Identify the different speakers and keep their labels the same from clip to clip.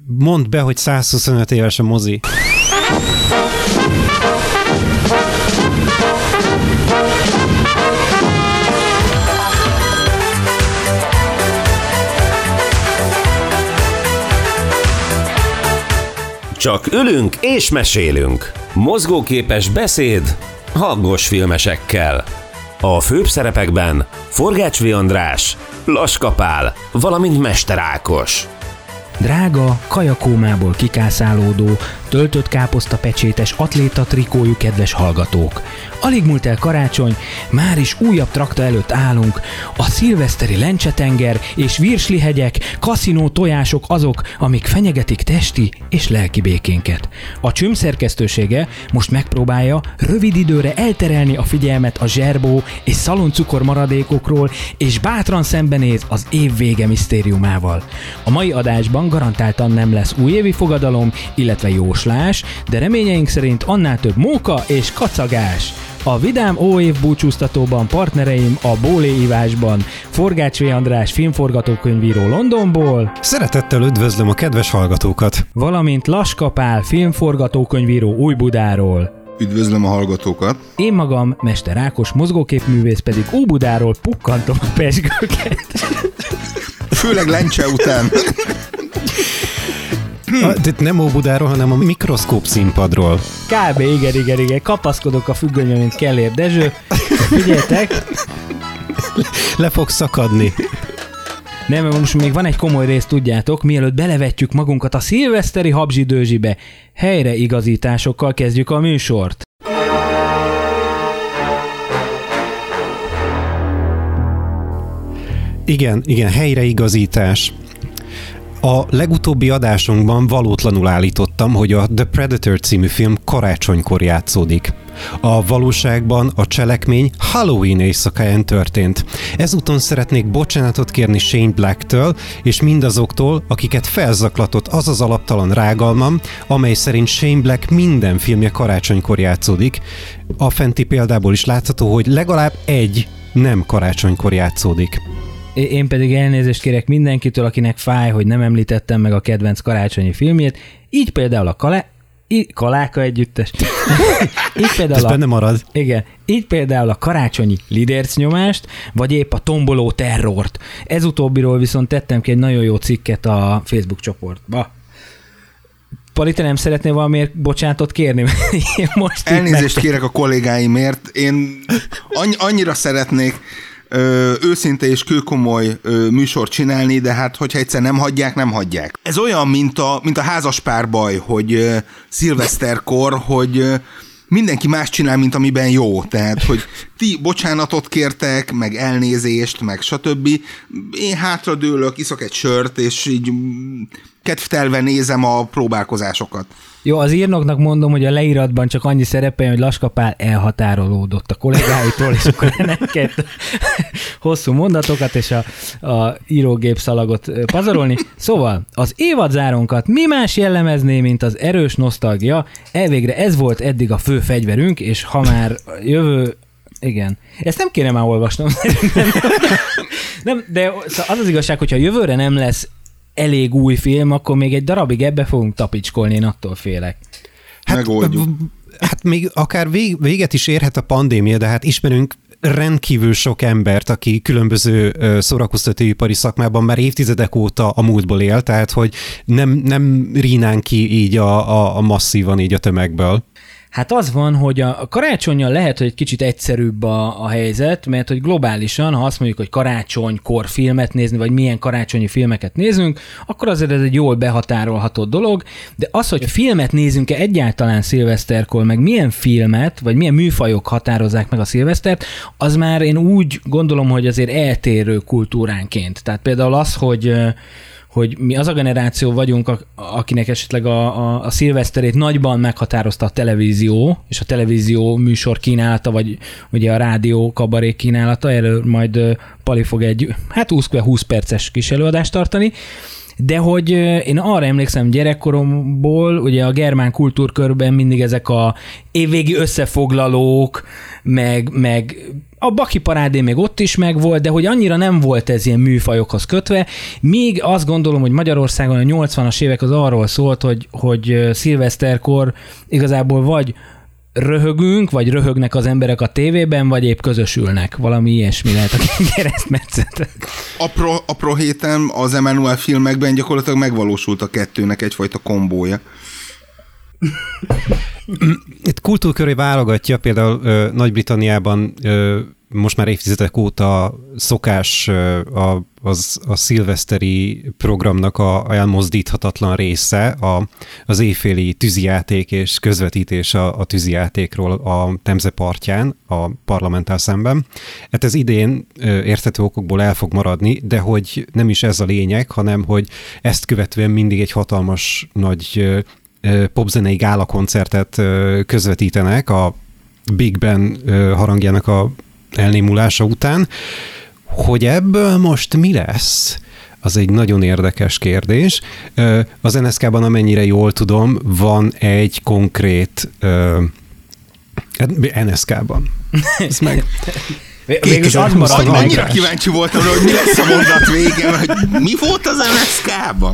Speaker 1: Mondd be, hogy 125 éves a mozi.
Speaker 2: Csak ülünk és mesélünk. Mozgóképes beszéd hangos filmesekkel. A főbb szerepekben Forgács V. András, Laska Pál, valamint Mester Ákos.
Speaker 3: Drága, kajakómából kikászálódó, töltött káposzta pecsétes atléta trikójú kedves hallgatók. Alig múlt el karácsony, már is újabb trakta előtt állunk. A szilveszteri Lencsetenger és Virsli-hegyek, kaszinó tojások azok, amik fenyegetik testi és lelki békénket. A Csüm szerkesztősége most megpróbálja rövid időre elterelni a figyelmet a zserbó és szaloncukor maradékokról, és bátran szembenéz az év vége misztériumával. A mai adásban garantáltan nem lesz újévi fogadalom, illetve jóslás, de reményeink szerint annál több móka és kacagás. A vidám óév búcsúztatóban partnereim a bóléívásban Forgács V. András filmforgatókönyvíró Londonból.
Speaker 1: Szeretettel üdvözlöm a kedves hallgatókat.
Speaker 3: Valamint Laska Pál filmforgatókönyvíró Újbudáról.
Speaker 4: Üdvözlöm a hallgatókat.
Speaker 3: Én magam, Mester Ákos mozgóképművész pedig Óbudáról pukkantom a pezsgőket.
Speaker 4: Főleg Lencse után.
Speaker 1: Nem Óbudáról, hanem a mikroszkóp színpadról.
Speaker 3: Kb. Igen. Kapaszkodok a függönybe, mint Kellér Dezső. Figyeljetek!
Speaker 1: Le fog szakadni.
Speaker 3: Nem, most még van egy komoly rész, tudjátok, mielőtt belevetjük magunkat a szilveszteri habzsidőzsibe. Helyreigazításokkal kezdjük a műsort.
Speaker 1: Igen, helyreigazítás. A legutóbbi adásunkban valótlanul állítottam, hogy a The Predator című film karácsonykor játszódik. A valóságban a cselekmény Halloween éjszakáján történt. Ezúton szeretnék bocsánatot kérni Shane Blacktől és mindazoktól, akiket felzaklatott az az alaptalan rágalmam, amely szerint Shane Black minden filmje karácsonykor játszódik. A fenti példából is látható, hogy legalább egy nem karácsonykor játszódik.
Speaker 3: Én pedig elnézést kérek mindenkitől, akinek fáj, hogy nem említettem meg a kedvenc karácsonyi filmjét. Így például a Kaláka együttes. Így például
Speaker 1: benne marad.
Speaker 3: Igen. Így például a karácsonyi lidércnyomást, vagy épp a tomboló terrort. Ez utóbbiról viszont tettem ki egy nagyon jó cikket a Facebook csoportba. Pali, te nem szeretnél valamiért bocsánatot kérni?
Speaker 4: Most elnézést kérek a kollégáimért. Én annyira szeretnék őszinte és kőkomoly műsort csinálni, de hát, hogyha egyszer nem hagyják. Ez olyan, mint a házaspárbaj, hogy szilveszterkor, hogy mindenki más csinál, mint amiben jó. Tehát, hogy ti bocsánatot kértek, meg elnézést, meg stb. Én hátradőlök, iszok egy sört, és így kedvtelve nézem a próbálkozásokat.
Speaker 3: Jó, az írnoknak mondom, hogy a leíratban csak annyi szerepeljen, hogy Laska Pál elhatárolódott a kollégáitól, és akkor ennek kell hosszú mondatokat és a írógép szalagot pazarolni. Szóval az évadzáronkat mi más jellemezné, mint az erős nosztalgia? Elvégre ez volt eddig a fő fegyverünk, és ha már jövő... Igen. Ezt nem kéne már olvasnom. Nem, de az igazság, hogyha jövőre nem lesz elég új film, akkor még egy darabig ebbe fogunk tapicskolni, én attól félek.
Speaker 4: Megoldjuk.
Speaker 1: Hát még akár véget is érhet a pandémia, de hát ismerünk rendkívül sok embert, aki különböző szórakoztatóipari szakmában már évtizedek óta a múltból él, tehát hogy nem rínánk ki így a masszívan így a tömegből.
Speaker 3: Hát az van, hogy a karácsonnyal lehet, hogy egy kicsit egyszerűbb a helyzet, mert hogy globálisan, ha azt mondjuk, hogy karácsonykor filmet nézni, vagy milyen karácsonyi filmeket nézünk, akkor azért ez egy jól behatárolható dolog, de az, hogy filmet nézünk-e egyáltalán szilveszterkor, meg milyen filmet, vagy milyen műfajok határozzák meg a szilvesztert, az már én úgy gondolom, hogy azért eltérő kultúránként. Tehát például az, hogy mi az a generáció vagyunk, akinek esetleg a szilveszterét nagyban meghatározta a televízió, és a televízió műsor kínálata, vagy ugye a rádió kabaré kínálata, erről majd Pali fog egy 20 perces kis előadást tartani, de hogy én arra emlékszem gyerekkoromból, ugye a germán kultúrkörben mindig ezek a évvégi összefoglalók, meg A Baki parádé még ott is megvolt, de hogy annyira nem volt ez ilyen műfajokhoz kötve. Még azt gondolom, hogy Magyarországon a 80-as évek az arról szólt, hogy szilveszterkor igazából vagy röhögünk, vagy röhögnek az emberek a tévében, vagy épp közösülnek. Valami ilyesmi lehet a keresztmetszet.
Speaker 4: Apró héten az Emmanuel filmekben gyakorlatilag megvalósult a kettőnek egyfajta kombója.
Speaker 1: Itt kultúrköré válogatja, például Nagy-Britanniában most már évtizedek óta szokás a szilveszteri programnak a elmozdíthatatlan része az éjféli tűzijáték és közvetítés a tűzijátékról a Temze partján, a Parlamenttel szemben. Hát ez idén érthető okokból el fog maradni, de hogy nem is ez a lényeg, hanem hogy ezt követően mindig egy hatalmas nagy popzenei gálakoncertet közvetítenek a Big Ben harangjának a elnémulása után. Hogy ebből most mi lesz? Az egy nagyon érdekes kérdés. Az NSZK-ban, amennyire jól tudom, van egy konkrét NSZK-ban. Ezt meg...
Speaker 3: Végülis az marad meg.
Speaker 4: Annyira kíváncsi voltam, hogy mi lesz a mondat vége, hogy mi volt az NSZK-ban?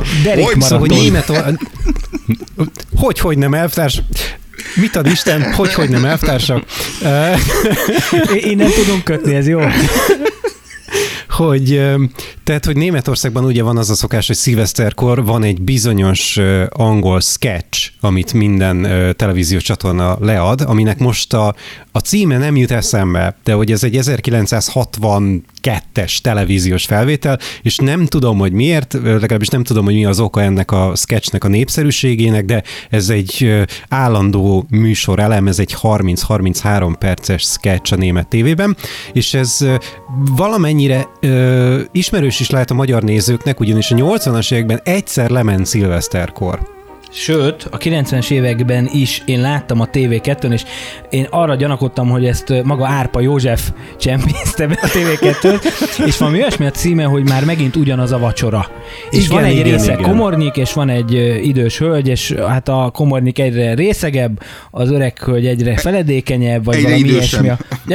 Speaker 1: Hogy nem elvtárs? Mit ad Isten? Hogy nem elvtársak?
Speaker 3: Én nem tudom kötni, ez jó.
Speaker 1: Tehát, hogy Németországban ugye van az a szokás, hogy szilveszterkor van egy bizonyos angol sketch, amit minden televíziós csatorna lead, aminek most a címe nem jut eszembe, de hogy ez egy 1962-es televíziós felvétel, és nem tudom, hogy miért, legalábbis nem tudom, hogy mi az oka ennek a sketchnek a népszerűségének, de ez egy állandó műsorelem, ez egy 30-33 perces sketch a német tévében, és ez valamennyire ismerős is lehet a magyar nézőknek, ugyanis a 80-as években egyszer lement szilveszterkor.
Speaker 3: Sőt, a 90-es években is én láttam a TV2-n, és én arra gyanakodtam, hogy ezt maga Árpa József csempészte be a TV2-t, és valami olyasmi a címe, hogy már megint ugyanaz a vacsora. És igen, van egy része komornyik, és van egy idős hölgy, és hát a komornyik egyre részegebb, az öreg hölgy egyre feledékenyebb, vagy egyre valami ilyesmi.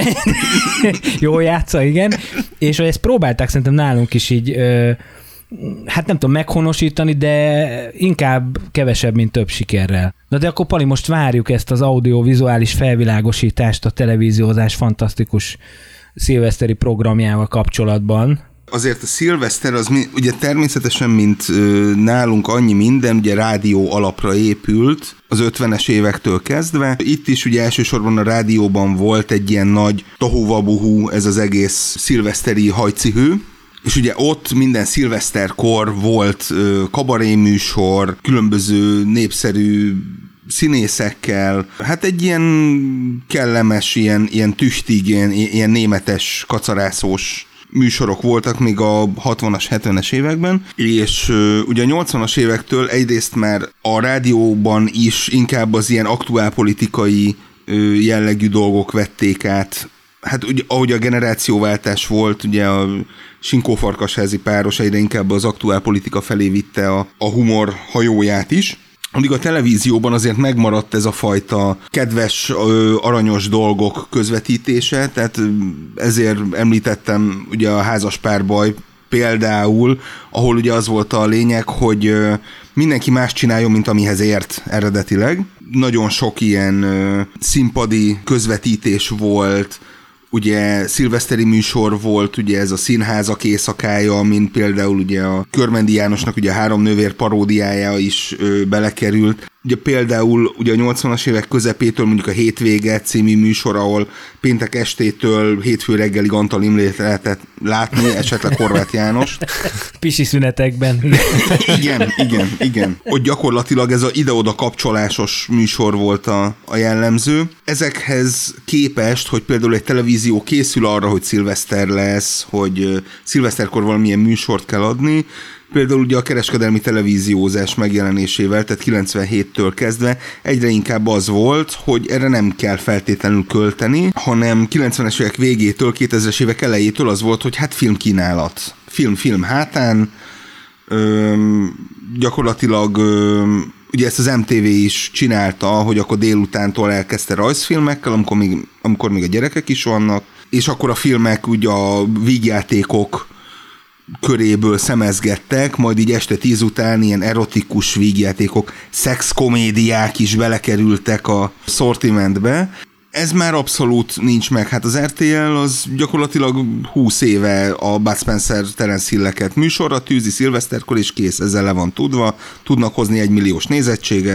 Speaker 3: Jól játsza, igen. És ezt próbálták szerintem nálunk is így hát nem tudom meghonosítani, de inkább kevesebb, mint több sikerrel. Na de akkor Pali, most várjuk ezt az audiovizuális felvilágosítást a televíziózás fantasztikus szilveszteri programjával kapcsolatban.
Speaker 4: Azért a szilveszter az ugye természetesen, mint nálunk annyi minden, ugye rádió alapra épült az 50-es évektől kezdve. Itt is ugye elsősorban a rádióban volt egy ilyen nagy tohuvabuhu, ez az egész szilveszteri hajcihő, és ugye ott minden szilveszterkor volt kabaréműsor, különböző népszerű színészekkel, hát egy ilyen kellemes, ilyen tüstig, ilyen németes, kacarászós műsorok voltak még a 60-as, 70-es években, és ugye a 80-as évektől egyrészt már a rádióban is inkább az ilyen aktuálpolitikai jellegű dolgok vették át. Hát ugye, ahogy a generációváltás volt, ugye a Sinkó-Farkasházi páros egyre inkább az aktuálpolitika felé vitte a humor hajóját is. Addig a televízióban azért megmaradt ez a fajta kedves, aranyos dolgok közvetítése, tehát ezért említettem ugye a Házaspárbaj például, ahol ugye az volt a lényeg, hogy mindenki más csináljon, mint amihez ért eredetileg. Nagyon sok ilyen színpadi közvetítés volt, ugye szilveszteri műsor volt, ugye ez a Színházak éjszakája, mint például ugye a Körmendi Jánosnak ugye a Három nővér paródiája is belekerült. Ugye például ugye a 80-as évek közepétől mondjuk a Hétvége című műsor, ahol péntek estétől hétfő reggelig Antal Imrét lehetett látni, esetleg Horváth János.
Speaker 3: Pisi szünetekben.
Speaker 4: Igen. Ott gyakorlatilag ez a ide-oda kapcsolásos műsor volt a jellemző. Ezekhez képest, hogy például egy televízió készül arra, hogy szilveszter lesz, hogy szilveszterkor valamilyen műsort kell adni, például ugye a kereskedelmi televíziózás megjelenésével, tehát 97-től kezdve egyre inkább az volt, hogy erre nem kell feltétlenül költeni, hanem 90-es évek végétől, 2000-es évek elejétől az volt, hogy hát filmkínálat. Film hátán, gyakorlatilag ugye ezt az MTV is csinálta, hogy akkor délutántól elkezdte rajzfilmekkel, amikor még a gyerekek is vannak, és akkor a filmek ugye a vígjátékok köréből szemezgettek, majd így este 10 után ilyen erotikus vígjátékok, szexkomédiák is belekerültek a szortimentbe. Ez már abszolút nincs meg. Hát az RTL az gyakorlatilag 20 éve a Bud Spencer Terence Hill-eket műsorra tűzi szilveszterkor, és kész, ezzel le van tudva. Tudnak hozni 1 milliós nézettséget.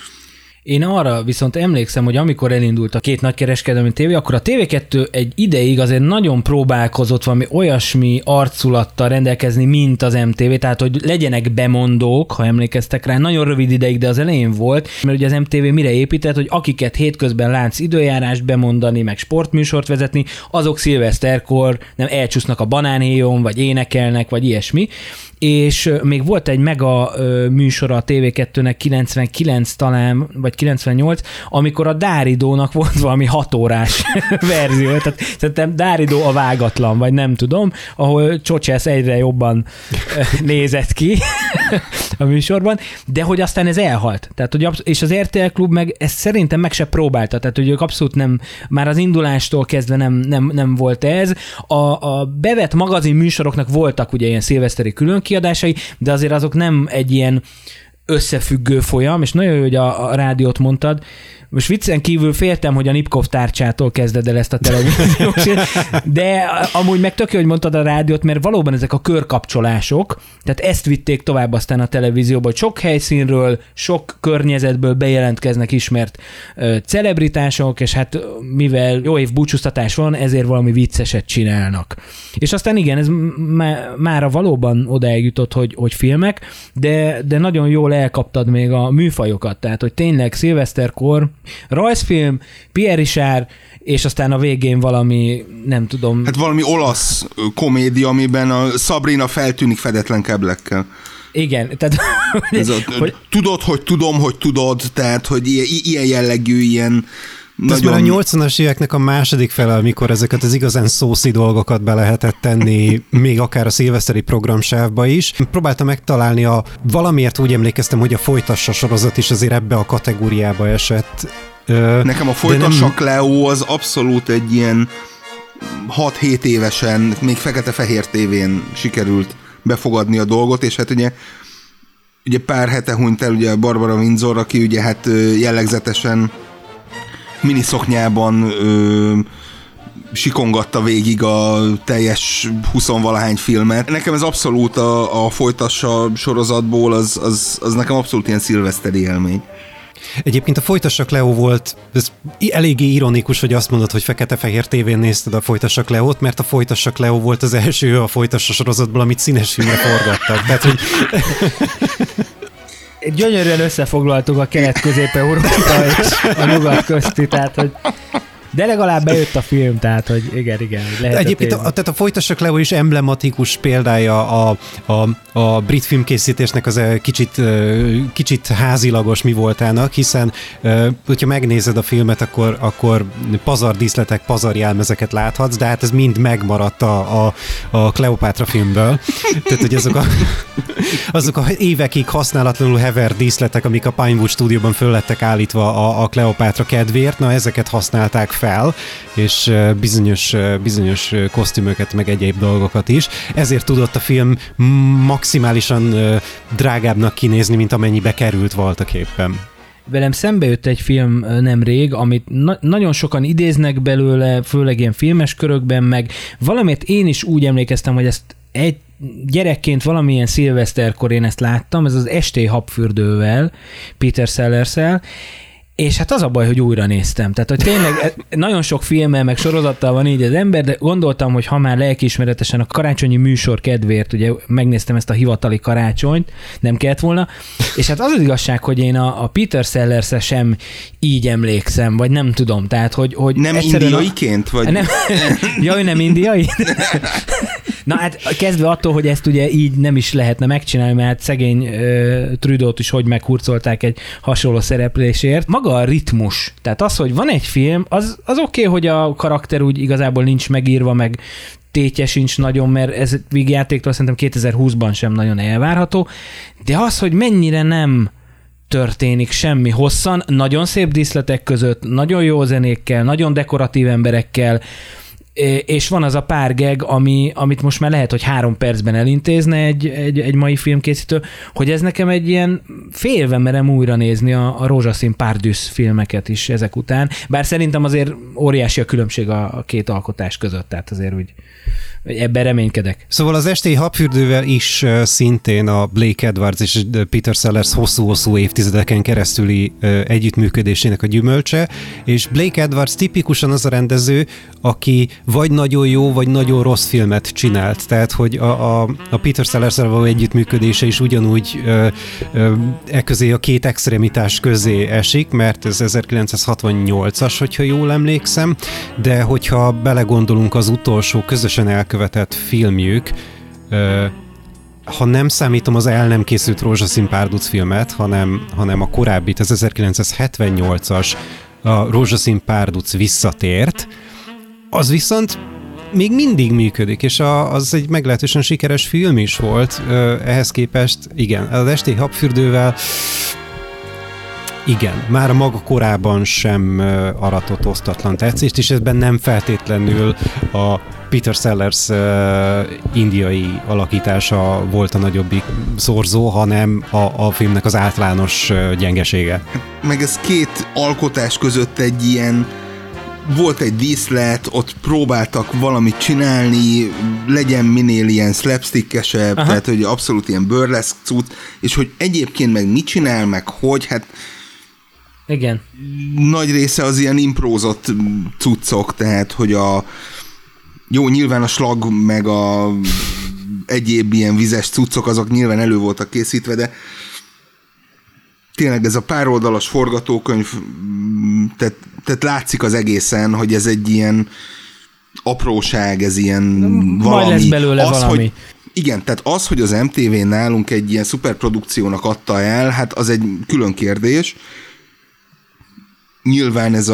Speaker 3: Én arra viszont emlékszem, hogy amikor elindult a 2 nagykereskedelmi tévé, akkor a TV2 egy ideig azért nagyon próbálkozott valami olyasmi arculattal rendelkezni, mint az MTV, tehát hogy legyenek bemondók, ha emlékeztek rá, nagyon rövid ideig, de az elején volt, mert ugye az MTV mire épített, hogy akiket hétközben látsz időjárást bemondani, meg sportműsort vezetni, azok szilveszterkor nem elcsúsznak a banánhéjon, vagy énekelnek, vagy ilyesmi. És még volt egy mega műsora a TV2-nek 99 talán, vagy 98, amikor a Dáridónak volt valami 6 órás verzió, tehát szerintem Dáridó a vágatlan, vagy nem tudom, ahol Csocsesz egyre jobban nézett ki a műsorban, de hogy aztán ez elhalt. Tehát, hogy és az RTL Klub meg ezt szerintem meg se próbálta, tehát hogy ők abszolút nem, már az indulástól kezdve nem volt ez. A bevett magazin műsoroknak voltak ugye ilyen szilveszteri különkiadásai, de azért azok nem egy ilyen összefüggő folyam, és nagyon jó, hogy a rádiót mondtad. Most viccen kívül féltem, hogy a Nipkow tárcsától kezded el ezt a televíziós, de amúgy meg tök jó, hogy mondtad a rádiót, mert valóban ezek a körkapcsolások, tehát ezt vitték tovább aztán a televízióba, hogy sok helyszínről, sok környezetből bejelentkeznek ismert celebritások, és hát mivel jó év búcsúztatás van, ezért valami vicceset csinálnak. És aztán igen, ez mára valóban odáig jutott, hogy filmek, de nagyon jól elkaptad még a műfajokat, tehát hogy tényleg szilveszterkor rajzfilm, Pierre Richard, és aztán a végén valami, nem tudom...
Speaker 4: Hát valami olasz komédia, amiben a Sabrina feltűnik fedetlen keblekkel.
Speaker 3: Igen, tehát...
Speaker 4: Tudod, hogy tudom, hogy tudod, tehát, hogy ilyen jellegű, ilyen...
Speaker 1: De ez már a 80-as éveknek a második fele, amikor ezeket az igazán szószi dolgokat be lehetett tenni, még akár a szilveszteri programsávba is. Próbáltam megtalálni valamiért úgy emlékeztem, hogy a Folytassa sorozat is azért ebbe a kategóriába esett.
Speaker 4: Nekem a Folytassa Cleo az abszolút egy ilyen 6-7 évesen, még fekete-fehér tévén sikerült befogadni a dolgot, és hát ugye pár hete hunyt el ugye Barbara Windsor, aki ugye hát jellegzetesen miniszoknyában sikongatta végig a teljes 20-valahány filmet. Nekem ez abszolút a Folytassa sorozatból, az nekem abszolút ilyen szilveszteri élmény.
Speaker 1: Egyébként a Folytassa Cleo volt, ez eléggé ironikus, hogy azt mondod, hogy fekete-fehér tévén nézted a Folytassa Cleót, mert a Folytassa Cleo volt az első a Folytassa sorozatból, amit színes filmre forgattak. Tehát, hogy...
Speaker 3: Gyönyörűen összefoglaltuk a Kelet-Közép-Európa és a nyugat közti, tehát hogy de legalább bejött a film, tehát hogy igen.
Speaker 1: Egyébként tehát a Folytassa Cleo is emblematikus példája a brit filmkészítésnek az kicsit házilagos mi voltának, hiszen hogyha megnézed a filmet, akkor pazardíszletek, pazarjelmezeket láthatsz, de hát ez mind megmaradt a Kleopátra filmből. Tehát, hogy azok a évekig használatlanul hever díszletek, amik a Pinewood stúdióban föl lettek állítva a Kleopátra kedvéért, na ezeket használták fel, és bizonyos kosztümöket, meg egyéb dolgokat is. Ezért tudott a film maximálisan drágábbnak kinézni, mint amennyibe került voltaképpen.
Speaker 3: Velem szembe jött egy film nemrég, amit nagyon sokan idéznek belőle, főleg ilyen filmes körökben, meg valamiért én is úgy emlékeztem, hogy ezt egy gyerekként valamilyen szilveszterkor én ezt láttam, ez az Estély habfürdővel, Peter Sellers-el, és hát az a baj, hogy újra néztem. Tehát, hogy tényleg nagyon sok filmmel, meg sorozattal van így az ember, de gondoltam, hogy ha már lelkiismeretesen a karácsonyi műsor kedvéért, ugye megnéztem ezt a hivatali karácsonyt, nem kellett volna, és hát az igazság, hogy én a Peter Sellers-re sem így emlékszem, vagy nem tudom, tehát, hogy
Speaker 4: nem indiaiként? Vagy?
Speaker 3: Nem, ja, ő nem indiai? Na hát kezdve attól, hogy ezt ugye így nem is lehetne megcsinálni, mert szegény Trudeau-t is hogy meghurcolták egy hasonló szereplésért. Maga a ritmus, tehát az, hogy van egy film, az oké, hogy a karakter úgy igazából nincs megírva, meg tétje sincs nagyon, mert ez vígjátéktól szerintem 2020-ban sem nagyon elvárható, de az, hogy mennyire nem történik semmi hosszan, nagyon szép díszletek között, nagyon jó zenékkel, nagyon dekoratív emberekkel, és van az a pár gag, amit most már lehet, hogy 3 percben elintézne egy mai filmkészítő, hogy ez nekem egy ilyen félve merem újra nézni a rózsaszín párduc filmeket is ezek után, bár szerintem azért óriási a különbség a két alkotás között, tehát azért úgy ebben reménykedek.
Speaker 1: Szóval az Estély habfürdővel is szintén a Blake Edwards és Peter Sellers hosszú-hosszú évtizedeken keresztüli együttműködésének a gyümölcse, és Blake Edwards tipikusan az a rendező, aki vagy nagyon jó, vagy nagyon rossz filmet csinált. Tehát, hogy a Peter Sellers-rel való együttműködése is ugyanúgy közé a két extremitás közé esik, mert ez 1968-as, hogyha jól emlékszem, de hogyha belegondolunk az utolsó közösen elkövetett filmjük, ha nem számítom az el nem készült rózsaszín párduc filmet, hanem a korábbit, az 1978-as a rózsaszín párduc visszatért, az viszont még mindig működik, és az egy meglehetősen sikeres film is volt. Ehhez képest, igen, az Estély habfürdővel igen, már maga korában sem aratott osztatlan tetszést, és ebben nem feltétlenül a Peter Sellers indiai alakítása volt a nagyobbik szorzó, hanem a filmnek az általános gyengesége.
Speaker 4: Meg ez két alkotás között egy ilyen, volt egy díszlet, ott próbáltak valamit csinálni, legyen minél ilyen slapstickesebb, tehát hogy abszolút ilyen burleszk cucc, és hogy egyébként meg mit csinál, meg hogy, hát
Speaker 3: igen.
Speaker 4: Nagy része az ilyen imprózott cuccok, tehát hogy jó, nyilván a slag meg a egyéb ilyen vizes cuccok, azok nyilván elő voltak készítve, de tényleg ez a pároldalas forgatókönyv, tehát látszik az egészen, hogy ez egy ilyen apróság, ez ilyen valami.
Speaker 3: Majd lesz belőle valami.
Speaker 4: Hogy, igen, tehát az, hogy az MTV nálunk egy ilyen szuperprodukciónak adta el, hát az egy külön kérdés. Nyilván ez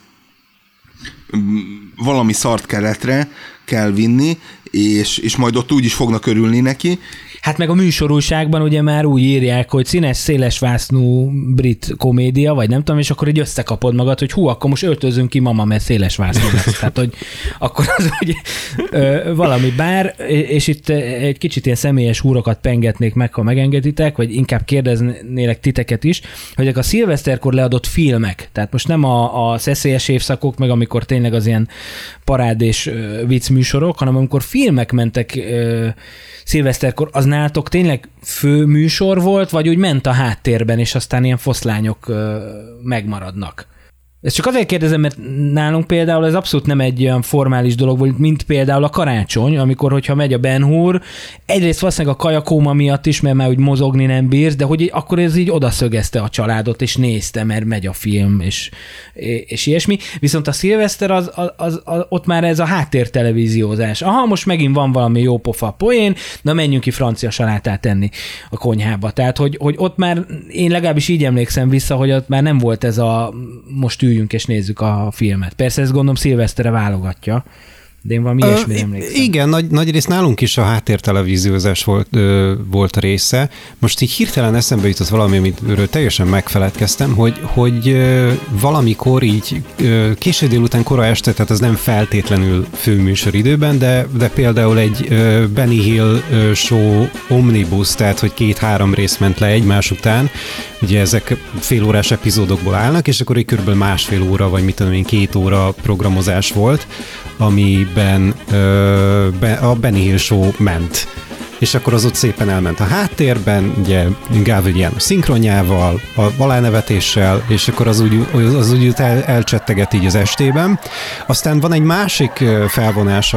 Speaker 4: valami szart keletre kell vinni, és majd ott úgy is fognak örülni neki.
Speaker 3: Hát meg a műsorúságban ugye már úgy írják, hogy színes, szélesvásznú brit komédia, vagy nem tudom, és akkor így összekapod magad, hogy hú, akkor most öltözünk ki, mama, mert szélesvásznú lesz. Tehát, hogy akkor az ugye valami bár, és itt egy kicsit ilyen személyes húrokat pengetnék meg, ha megengeditek, vagy inkább kérdeznélek titeket is, hogy a szilveszterkor leadott filmek, tehát most nem a szeszélyes évszakok, meg amikor tényleg az ilyen parád és vicc műsorok, hanem amikor filmek mentek szilveszterkor, az nálatok tényleg fő műsor volt, vagy úgy ment a háttérben, és aztán ilyen foszlányok megmaradnak? Ezt csak azért kérdezem, mert nálunk például ez abszolút nem egy olyan formális dolog volt, mint például a karácsony, amikor, hogyha megy a Ben Hur, egyrészt valószínűleg a kajakóma miatt is, mert már úgy mozogni nem bírsz, de hogy akkor ez így odaszögezte a családot, és nézte, mert megy a film, és ilyesmi. Viszont a szilveszter, ott már ez a háttértelevíziózás. Aha, most megint van valami jópofa poén, na menjünk ki francia salátát enni a konyhába. Tehát, hogy ott már, én legalábbis így emlékszem vissza, hogy ott már nem volt ez a most üljünk és nézzük a filmet. Persze ezt gondolom szilveszterre válogatja, de én valami ilyesmire emlékszem.
Speaker 1: Igen, nagy rész nálunk is a háttértelevíziózás volt a része. Most így hirtelen eszembe jutott valami, amiről teljesen megfeledkeztem, hogy valamikor így késő délután, kora este, tehát az nem feltétlenül főműsoridőben, de például egy Benny Hill show omnibus, tehát hogy 2-3 rész ment le egymás után, ugye ezek félórás epizódokból állnak, és akkor egy körülbelül 1,5 óra, vagy mit tudom én, 2 óra programozás volt, amiben a Benny Hill show ment. És akkor az ott szépen elment a háttérben, ugye Gavin János szinkronjával, a alánevetéssel, és akkor az úgy elcsetteget így az estében. Aztán van egy másik felvonás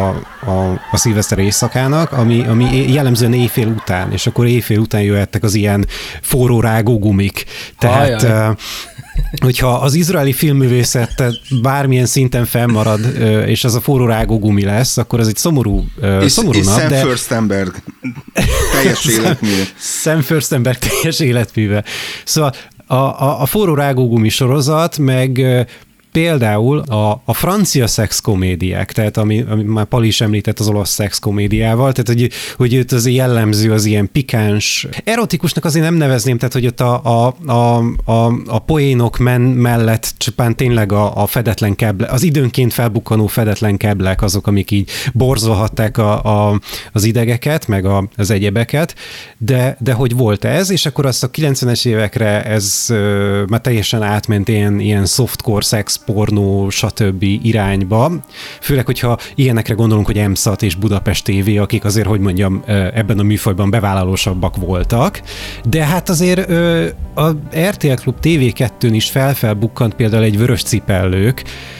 Speaker 1: a szilveszter éjszakának, ami jellemzően éjfél után, és akkor éjfél után jöhettek az ilyen forró rágógumik. Tehát hogyha az izraeli filmművészet bármilyen szinten fennmarad, és az a forró rágógumi lesz, akkor ez egy szomorú nap. És
Speaker 4: Sam Firstenberg teljes életműve.
Speaker 1: Sam Firstenberg teljes életműve. Szóval a forró rágógumi sorozat, meg például a francia szexkomédiák, tehát ami már Pali is említett az olasz szexkomédiával, tehát hogy itt az jellemző az ilyen pikáns, erotikusnak azért nem nevezném, tehát hogy ott a poénok mellett csupán tényleg a fedetlen keble, az időnként felbukkanó fedetlen keblek azok, amik így borzolhatták az idegeket, meg az egyebeket, de hogy volt ez, és akkor azt a 90-es évekre ez már teljesen átment ilyen softcore, szex, pornó, stb. Irányba. Főleg, hogyha ilyenekre gondolunk, hogy EMSZAT és Budapest TV, akik azért, hogy mondjam, ebben a műfajban bevállalósabbak voltak. De hát azért a RTL Klub TV2-n is felbukkant például egy Vörös cipellők,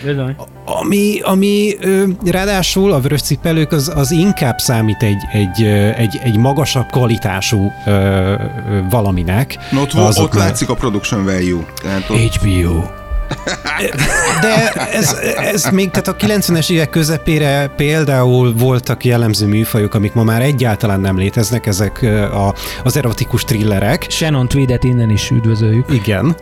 Speaker 1: ami ráadásul a Vörös cipellők az inkább számít egy magasabb kvalitású valaminek.
Speaker 4: Ott látszik a production value.
Speaker 3: HBO.
Speaker 1: De ez még, tehát a 90-es évek közepére például voltak jellemző műfajok, amik ma már egyáltalán nem léteznek, ezek az erotikus thrillerek.
Speaker 3: Shannon Tweedet innen is üdvözöljük.
Speaker 1: Igen.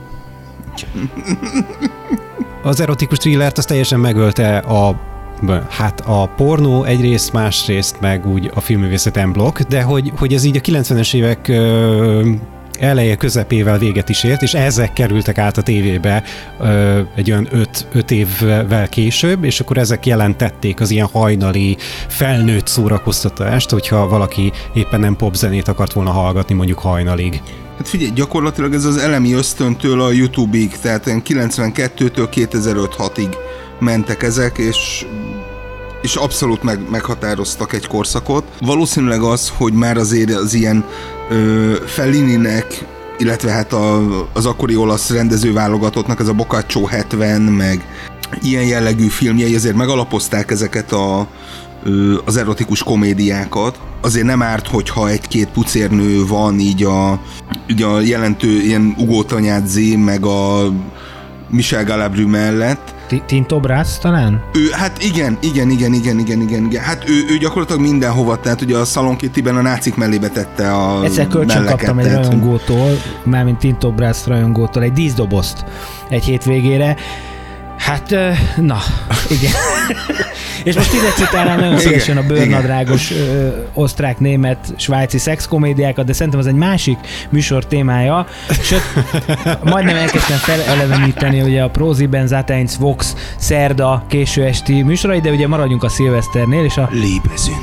Speaker 1: Az erotikus thrillert az teljesen megölte a pornó egyrészt, másrészt meg úgy a filmművészet en blokk, de hogy ez így a 90-es évek eleje közepével véget is ért, és ezek kerültek át a tévébe egy olyan 5 évvel később, és akkor ezek jelentették az ilyen hajnali, felnőtt szórakoztatást, hogyha valaki éppen nem popzenét akart volna hallgatni mondjuk hajnalig.
Speaker 4: Hát figyelj, gyakorlatilag ez az elemi ösztöntől a YouTube-ig, tehát 92-től 2005-6-ig mentek ezek, és abszolút meghatároztak egy korszakot. Valószínűleg az, hogy már azért az ilyen Fellininek, illetve hát az akkori olasz rendezőválogatottnak ez a Boccaccio 70, meg ilyen jellegű filmjei azért megalapozták ezeket az erotikus komédiákat. Azért nem árt, hogyha egy-két pucérnő van így a jelentő ilyen Ugo Tognazzi, meg a Michel Galabru mellett.
Speaker 3: Tinto Brass talán?
Speaker 4: Hát igen. Hát ő gyakorlatilag mindenhova, tehát ugye a Salon Kittyben a nácik mellébe tette a melleket.
Speaker 3: Egyszer kölcsön kaptam egy rajongótól, mármint Tinto Brass rajongótól egy díszdobozt egy hétvégére. Hát, na, igen. És most ide citálnám nagyon szívesen a bőrnadrágos osztrák-német svájci szexkomédiákat, de szerintem az egy másik műsor témája. Sőt, majdnem elkezdtem feleleveníteni ugye a ProSieben Sat.1 Vox szerda késő esti műsorai, de ugye maradjunk a szilveszternél, és a
Speaker 4: Lépezünk.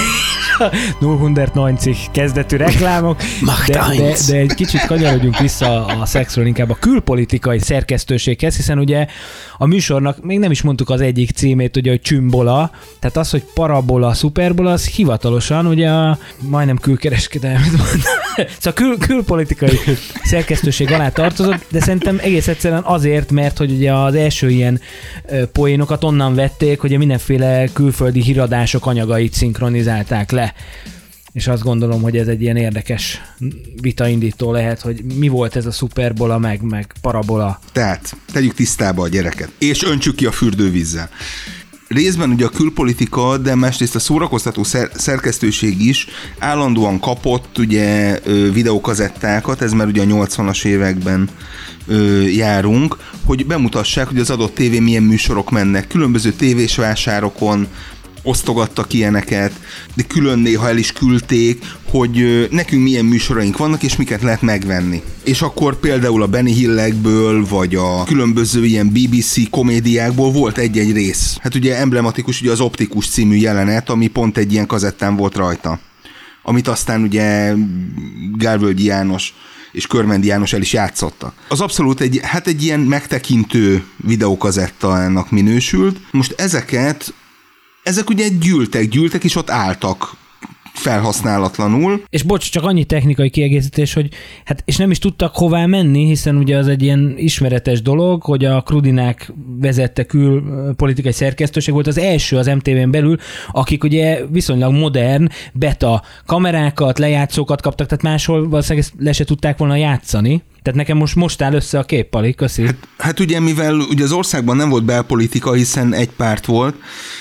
Speaker 3: 090 kezdetű reklámok, de egy kicsit kanyarodjunk vissza a szexről, inkább a külpolitikai szerkesztőséghez, hiszen ugye a műsornak még nem is mondtuk az egyik címét, ugye, hogy csümbola, tehát az, hogy parabola, szuperbola, az hivatalosan ugye a majdnem külkereskedelmet mondom. Szóval külpolitikai szerkesztőség alá tartozott, de szerintem egész egyszerűen azért, mert hogy ugye az első ilyen poénokat onnan vették, hogy mindenféle külföldi híradások anyagait szinkronizálták le. És azt gondolom, hogy ez egy ilyen érdekes vitaindító lehet, hogy mi volt ez a szuperbola, meg parabola.
Speaker 4: Tehát tegyük tisztába a gyereket, és öntsük ki a fürdővízzel. Részben ugye a külpolitika, de másrészt a szórakoztató szerkesztőség is állandóan kapott ugye videókazettákat, ez már ugye a 80-as években járunk, hogy bemutassák, hogy az adott tévé milyen műsorok mennek. Különböző tévés vásárokon osztogattak ilyeneket, de külön néha el is küldték, hogy nekünk milyen műsoraink vannak, és miket lehet megvenni. És akkor például a Benny Hill-ekből, vagy a különböző ilyen BBC komédiákból volt egy-egy rész. Hát ugye emblematikus ugye az Optikus című jelenet, ami pont egy ilyen kazettán volt rajta. Amit aztán ugye Gálvölgyi János és Körmendi János el is játszottak. Az abszolút egy ilyen megtekintő videókazettának minősült. Most ezek ugye gyűltek, és ott álltak felhasználatlanul.
Speaker 3: És bocs, csak annyi technikai kiegészítés, hogy hát és nem is tudtak hová menni, hiszen ugye az egy ilyen ismeretes dolog, hogy a Krudinák vezette külpolitikai szerkesztőség volt az első az MTV-n belül, akik ugye viszonylag modern beta kamerákat, lejátszókat kaptak, tehát máshol valószínűleg le se tudták volna játszani. Tehát nekem most áll össze a kép, Pali, köszi.
Speaker 4: Hát ugye mivel ugye az országban nem volt belpolitika, hiszen egy párt volt,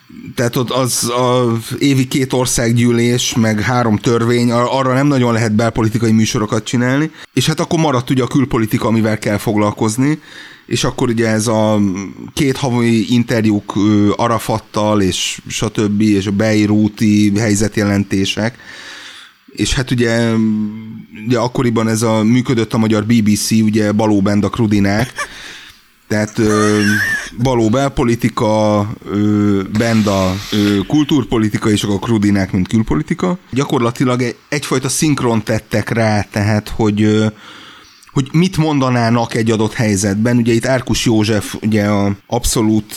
Speaker 4: Tehát ott az évi 2 országgyűlés, meg 3 törvény, arra nem nagyon lehet belpolitikai műsorokat csinálni, és hát akkor maradt ugye a külpolitika, amivel kell foglalkozni, és akkor ugye ez a 2 havi interjúk Arafattal, és stb., és a beiruti helyzetjelentések, és hát ugye akkoriban ez működött a magyar BBC, ugye Baló Bend a krudinák, tehát Baló belpolitika, Bend a kultúrpolitika, és a krudinák, mint külpolitika. Gyakorlatilag egyfajta szinkron tettek rá, tehát hogy mit mondanának egy adott helyzetben. Ugye itt Árkus József ugye a abszolút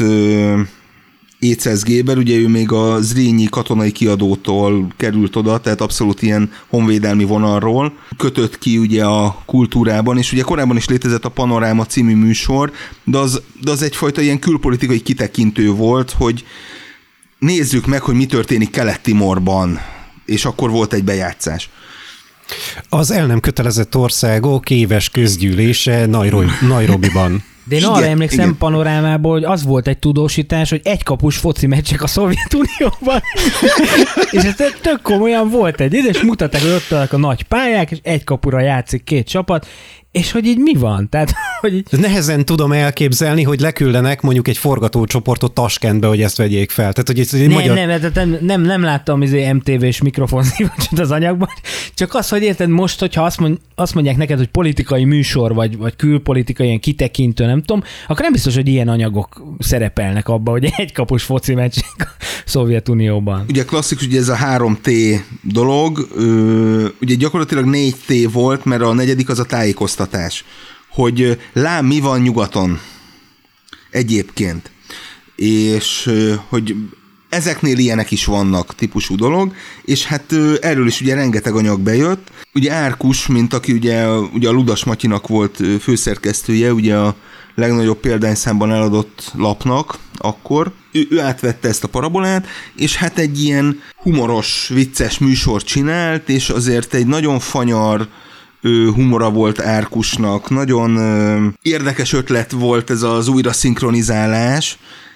Speaker 4: ECSG-ben, ugye ő még a Zrínyi katonai kiadótól került oda, tehát abszolút ilyen honvédelmi vonalról kötött ki ugye a kultúrában, és ugye korábban is létezett a Panoráma című műsor, de az egyfajta ilyen külpolitikai kitekintő volt, hogy nézzük meg, hogy mi történik Kelet-Timorban, és akkor volt egy bejátszás.
Speaker 1: Az el nem kötelezett országok éves közgyűlése Nairobiban.
Speaker 3: De én arra emlékszem Panorámából, hogy az volt egy tudósítás, hogy egykapus foci meccsek a Szovjetunióban, és ez tök komolyan volt és mutatták, hogy ott vannak a nagy pályák, és egy kapura játszik 2 csapat, és hogy így mi van? Tehát, hogy így...
Speaker 1: Nehezen tudom elképzelni, hogy leküldenek mondjuk egy forgatócsoportot Taskentbe, hogy ezt vegyék fel. Tehát, hogy
Speaker 3: nem láttam MTV-s mikrofonszívacsot az anyagban, csak az, hogy érted most, hogyha azt mondják neked, hogy politikai műsor, vagy külpolitikai, ilyen kitekintő, nem tudom, akkor nem biztos, hogy ilyen anyagok szerepelnek abban, hogy egy kapus foci meccsek a Szovjetunióban.
Speaker 4: Ugye klasszikus, ugye ez a 3T dolog, ugye gyakorlatilag 4T volt, mert a 4. az a tájékoztatás, hogy lám mi van nyugaton egyébként, és hogy ezeknél ilyenek is vannak típusú dolog, és hát erről is ugye rengeteg anyag bejött. Ugye Árkus, mint aki ugye a Ludas Matyinak volt főszerkesztője, ugye a legnagyobb példányszámban eladott lapnak akkor, ő átvette ezt a parabolát, és hát egy ilyen humoros, vicces műsort csinált, és azért egy nagyon fanyar humora volt Árkusnak, nagyon érdekes ötlet volt ez az újra szinkronizálás,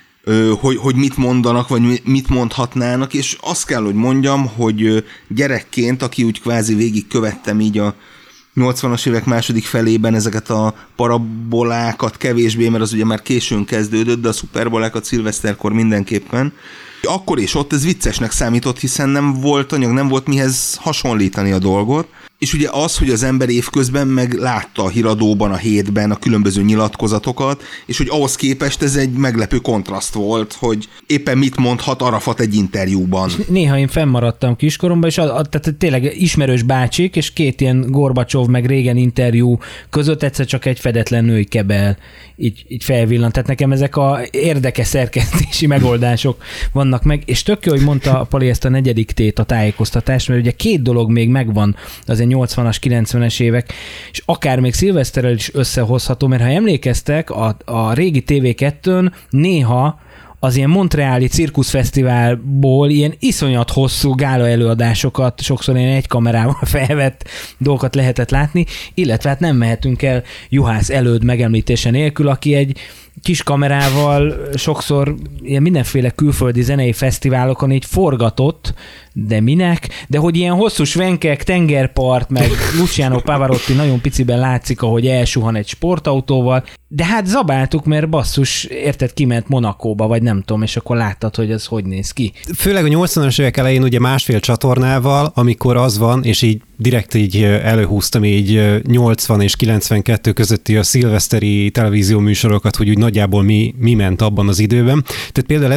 Speaker 4: hogy mit mondanak, vagy mit mondhatnának, és azt kell, hogy mondjam, hogy gyerekként, aki úgy kvázi végigkövettem így a 80-as évek második felében ezeket a parabolákat kevésbé, mert az ugye már későn kezdődött, de a szuperbolákat szilveszterkor mindenképpen. Akkor és ott ez viccesnek számított, hiszen nem volt anyag, nem volt mihez hasonlítani a dolgot. És ugye az, hogy az ember évközben meg látta a híradóban, a hétben a különböző nyilatkozatokat, és hogy ahhoz képest ez egy meglepő kontraszt volt, hogy éppen mit mondhat Arafat egy interjúban.
Speaker 3: Néha én fennmaradtam kiskoromban, és tehát tényleg ismerős bácsik, és 2 ilyen Gorbacsov meg Régen interjú között egyszer csak egy fedetlen női kebel így felvillant. Tehát nekem ezek a érdekes szerkesztési megoldások vannak meg, és tök jó, hogy mondta Pali ezt a 4. tét, a tájékoztatást, mert ugye 2 dolog még megvan az 80-as, 90-es évek, és akár még szilveszterrel is összehozható, mert ha emlékeztek, a régi TV2-n néha az ilyen montreali cirkuszfesztiválból ilyen iszonyat hosszú gála előadásokat, sokszor ilyen egy kamerával felvett dolgokat lehetett látni, illetve hát nem mehetünk el Juhász Előd megemlítése nélkül, aki egy kis kamerával sokszor ilyen mindenféle külföldi zenei fesztiválokon így forgatott, de minek? De hogy ilyen hosszú svenkek, tengerpart, meg Luciano Pavarotti nagyon piciben látszik, ahogy elsuhan egy sportautóval, de hát zabáltuk, mert basszus, érted, kiment Monakóba, vagy nem tudom, és akkor láttad, hogy ez hogy néz ki.
Speaker 1: Főleg a 80-as évek elején ugye 1,5 csatornával, amikor az van, és így direkt így előhúztam így 80 és 92 közötti a szilveszteri televízió műsorokat, hogy úgy nagyjából mi ment abban az időben. Tehát például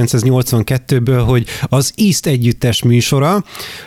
Speaker 1: 1982-ből, hogy az East együttes műsora,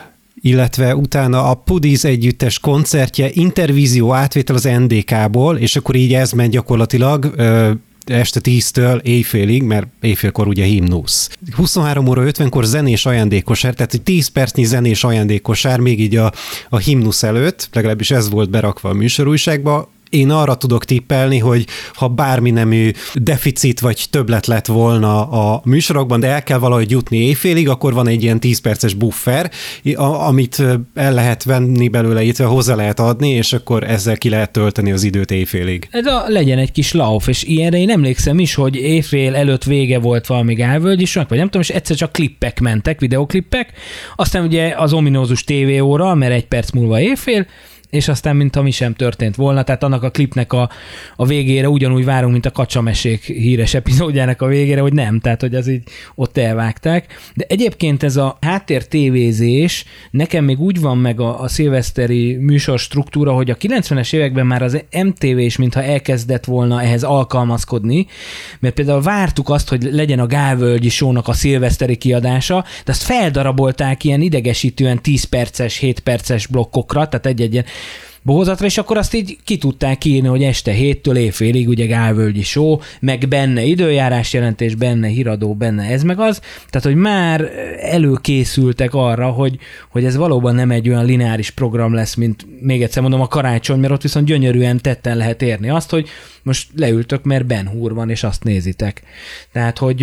Speaker 1: illetve utána a Pudis együttes koncertje, intervízió átvétel az NDK-ból, és akkor így ez ment gyakorlatilag este 10-től éjfélig, mert éjfélkor ugye himnusz. 23 óra 50-kor zenés ajándékosár, tehát 10 percnyi zenés ajándékosár még így a himnusz előtt, legalábbis ez volt berakva a műsorújságba, Én arra tudok tippelni, hogy ha bármi nemű deficit vagy többlet lett volna a műsorokban, de el kell valahogy jutni éjfélig, akkor van egy ilyen 10 perces buffer, amit el lehet venni belőle, illetve hozzá lehet adni, és akkor ezzel ki lehet tölteni az időt éjfélig.
Speaker 3: Legyen egy kis lauf, és ilyenre én emlékszem is, hogy éjfél előtt vége volt valami Gálvölgyisnek, vagy nem tudom, és egyszer csak klippek mentek, videoklippek, aztán ugye az ominózus tévéóra, mert 1 perc múlva éjfél, és aztán mint ami sem történt volna, tehát annak a klipnek a végére ugyanúgy várunk, mint a Kacsamesék híres epizódjának a végére, hogy nem, tehát hogy az így ott elvágták. De egyébként ez a háttér tévézés nekem még úgy van meg a szilveszteri műsor struktúra, hogy a 90-es években már az MTV is mintha elkezdett volna ehhez alkalmazkodni, mert például vártuk azt, hogy legyen a Gálvölgyi show-nak a szilveszteri kiadása, de azt feldarabolták ilyen idegesítően 10 perces, 7 perces blokkokra, tehát egy-egy ilyen bohozatra, és akkor azt így ki tudták írni, hogy este 7-től éjfélig ugye Gálvölgyi show, meg benne időjárás jelentés, benne híradó, benne ez meg az, tehát hogy már előkészültek arra, hogy ez valóban nem egy olyan lineáris program lesz, mint még egyszer mondom a karácsony, mert ott viszont gyönyörűen tetten lehet érni azt, hogy most leültök, mert Ben Hur van, és azt nézitek. Tehát, hogy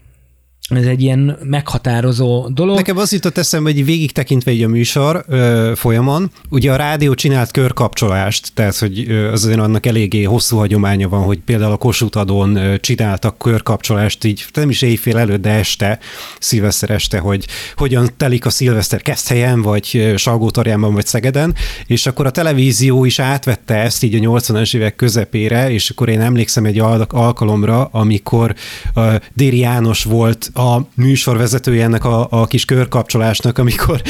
Speaker 3: ez egy ilyen meghatározó dolog.
Speaker 1: Nekem az jutott eszembe, hogy végig tekintve így a műsor folyamon, ugye a rádió csinált körkapcsolást, tehát hogy azért annak eléggé hosszú hagyománya van, hogy például a Kossuth Adón csináltak körkapcsolást így nem is éjfél előtt, de este, szilveszter este, hogy hogyan telik a szilveszter Keszthelyen, vagy Salgótarjánban, vagy Szegeden, és akkor a televízió is átvette ezt így a 80-as évek közepére, és akkor én emlékszem egy alkalomra, amikor Déri János volt a műsorvezetője ennek a kis körkapcsolásnak, amikor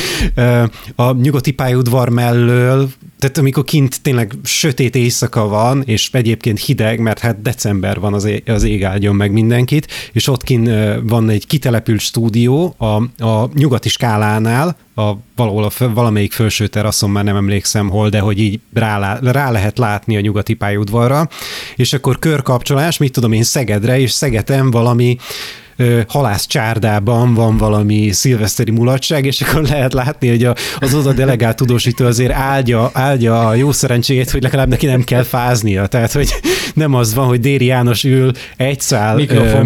Speaker 1: a nyugati pályaudvar mellől, tehát amikor kint tényleg sötét éjszaka van, és egyébként hideg, mert hát december van, az ég áldjon meg mindenkit, és ott kint van egy kitelepült stúdió a nyugati skálánál, valahol valamelyik felső teraszon, már nem emlékszem hol, de hogy így rá lehet látni a nyugati pályaudvarra, és akkor körkapcsolás, mit tudom én, Szegedre, és Szegeden valami halászcsárdában van valami szilveszteri mulatság, és akkor lehet látni, hogy az oda delegált tudósító azért áldja a jó szerencséjét, hogy legalább neki nem kell fáznia. Tehát, hogy nem az van, hogy Déri János ül egy szál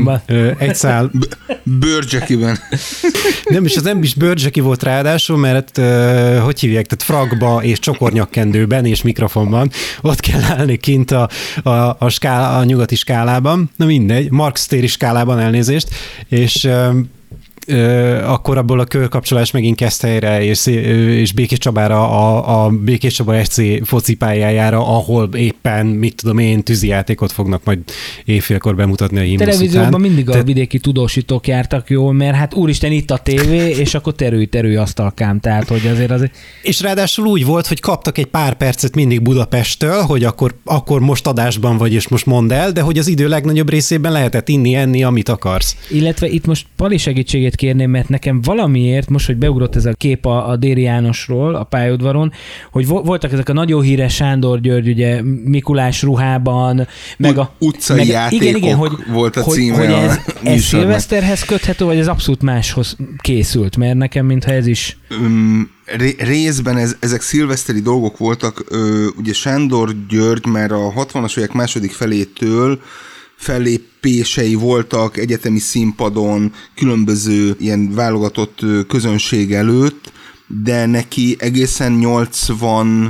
Speaker 4: bőrcsekiben.
Speaker 1: Nem is bőrcseki volt ráadásul, mert hogy hívják, tehát frakba és csokornyakkendőben és mikrofonban ott kell állni kint a nyugati skálában, na mindegy, Marx téri skálában, elnézést, és akkor abból a körkapcsolás megint Keszthelyre és Békés Csabára, a Békés Csaba SC focipályájára, ahol éppen, mit tudom én, tűzijátékot fognak majd éjfélkor bemutatni a himnusz után.
Speaker 3: Televízióban mindig a vidéki tudósítók jártak jól, mert hát úristen, itt a tévé, és akkor terülj asztalkám, tehát hogy azért...
Speaker 1: És ráadásul úgy volt, hogy kaptak egy pár percet mindig Budapesttől, hogy akkor most adásban vagy, és most mondd el, de hogy az idő legnagyobb részében lehetett inni, enni, amit akarsz.
Speaker 3: Illetve itt most Pali segítségét kérném, mert nekem valamiért, most, hogy beugrott ez a kép a Déri Jánosról a pályaudvaron, hogy voltak ezek a nagyon híres Sándor György, ugye Mikulás ruhában, meg a...
Speaker 4: Utcai játékok igen, hogy, volt a címe
Speaker 3: hogy ez szilveszterhez köthető, vagy ez abszolút máshoz készült, mert nekem mintha ez is...
Speaker 4: Részben ezek szilveszteri dolgok voltak, ugye Sándor György már a 60-as évek második felétől fellépései voltak egyetemi színpadon, különböző ilyen válogatott közönség előtt, de neki egészen 86-ig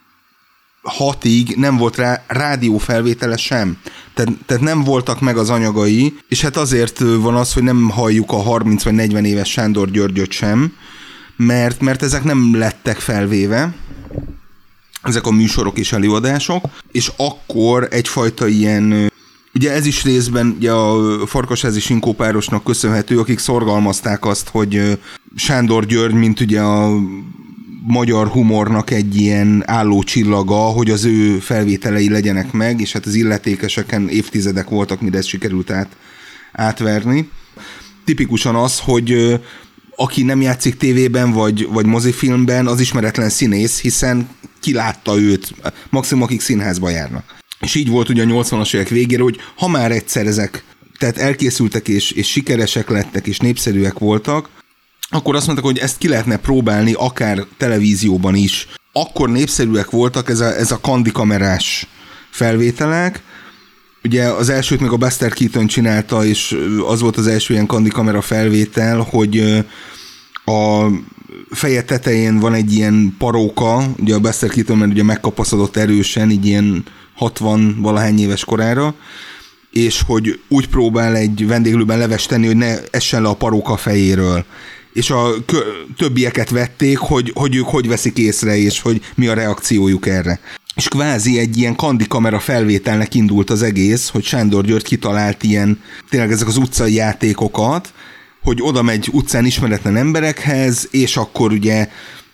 Speaker 4: nem volt rá rádiófelvétele sem. Tehát nem voltak meg az anyagai, és hát azért van az, hogy nem halljuk a 30 vagy 40 éves Sándor Györgyöt sem, mert ezek nem lettek felvéve, ezek a műsorok és előadások, és akkor egyfajta ilyen, ugye ez is részben ugye a Farkasházi Sinkó párosnak köszönhető, akik szorgalmazták azt, hogy Sándor György, mint ugye a magyar humornak egy ilyen álló csillaga, hogy az ő felvételei legyenek meg, és hát az illetékeseken évtizedek voltak, mire ezt sikerült átverni. Tipikusan az, hogy aki nem játszik tévében vagy mozifilmben, az ismeretlen színész, hiszen ki látta őt, maximum akik színházba járnak. És így volt ugye a 80-as évek végére, hogy ha már egyszer ezek tehát elkészültek és sikeresek lettek és népszerűek voltak, akkor azt mondták, hogy ezt ki lehetne próbálni akár televízióban is. Akkor népszerűek voltak ez a kandikamerás felvételek. Ugye az elsőt meg a Buster Keaton csinálta, és az volt az első ilyen kandikamera felvétel, hogy a feje tetején van egy ilyen paróka, ugye a Buster Keaton mert ugye megkapaszodott erősen, így ilyen 60 valahány éves korára, és hogy úgy próbál egy vendéglőben levest tenni, hogy ne essen le a paróka fejéről. És a többieket vették, hogy ők hogy veszik észre, és hogy mi a reakciójuk erre. És kvázi egy ilyen kandikamera felvételnek indult az egész, hogy Sándor György kitalált ilyen, tényleg ezek az utcai játékokat, hogy oda megy utcán ismeretlen emberekhez, és akkor ugye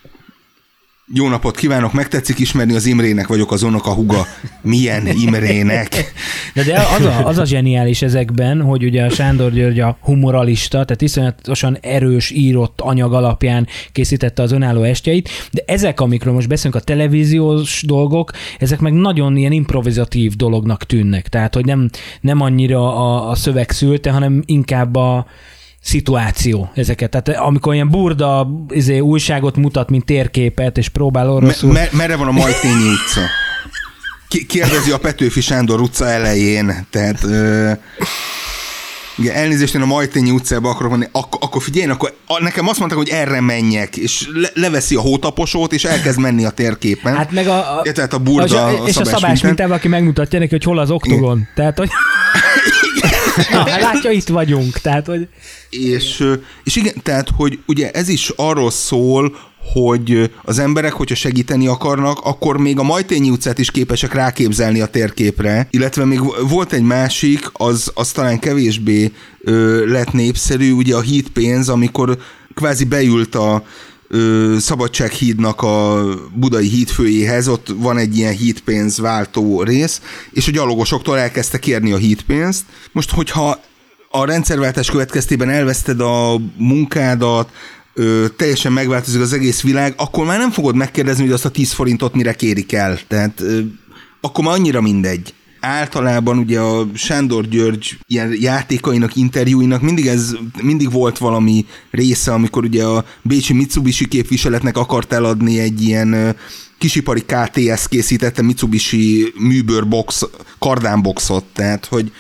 Speaker 4: jó napot kívánok, megtetszik ismerni, az Imrének vagyok az unokahuga. Milyen Imrének?
Speaker 3: De az a zseniális ezekben, hogy ugye a Sándor György a humoralista, tehát iszonyatosan erős, írott anyag alapján készítette az önálló estjeit, de ezek, amikről most beszélünk, a televíziós dolgok, ezek meg nagyon ilyen improvizatív dolognak tűnnek. Tehát, hogy nem annyira a szöveg szülte, hanem inkább a szituáció ezeket. Tehát amikor ilyen burda újságot mutat, mint térképet, és próbál oroszul...
Speaker 4: Merre van a Majtényi utca? Kérdezi a Petőfi Sándor utca elején. Tehát igen, elnézést, én a Majtényi utcába akarok menni. Akkor figyelj, akkor nekem azt mondták, hogy erre menjek, és leveszi a hótaposót, és elkezd menni a térképen.
Speaker 3: Hát meg
Speaker 4: tehát a burda
Speaker 3: és a Szabás mintában, aki megmutatja neki, hogy hol az oktogon. Igen. Tehát, hogy... Na, hát látja, itt vagyunk. Tehát, hogy...
Speaker 4: És igen, tehát, hogy ugye ez is arról szól, hogy az emberek, hogyha segíteni akarnak, akkor még a Majtényi utcát is képesek ráképzelni a térképre, illetve még volt egy másik, az talán kevésbé lett népszerű, ugye a hídpénz, amikor kvázi beült a Szabadsághídnak a budai hídfőjéhez, ott van egy ilyen hídpénz váltó rész, és a gyalogosoktól elkezdte kérni a hídpénzt. Most, hogyha a rendszerváltás következtében elveszted a munkádat, teljesen megváltozik az egész világ, akkor már nem fogod megkérdezni, hogy azt a 10 forintot mire kérik el. Tehát akkor már annyira mindegy. Általában ugye a Sándor György ilyen játékainak, interjúinak mindig volt valami része, amikor ugye a bécsi Mitsubishi képviseletnek akart eladni egy ilyen kisipari KTS készítette Mitsubishi műbőrbox, kardánboxot, tehát hogy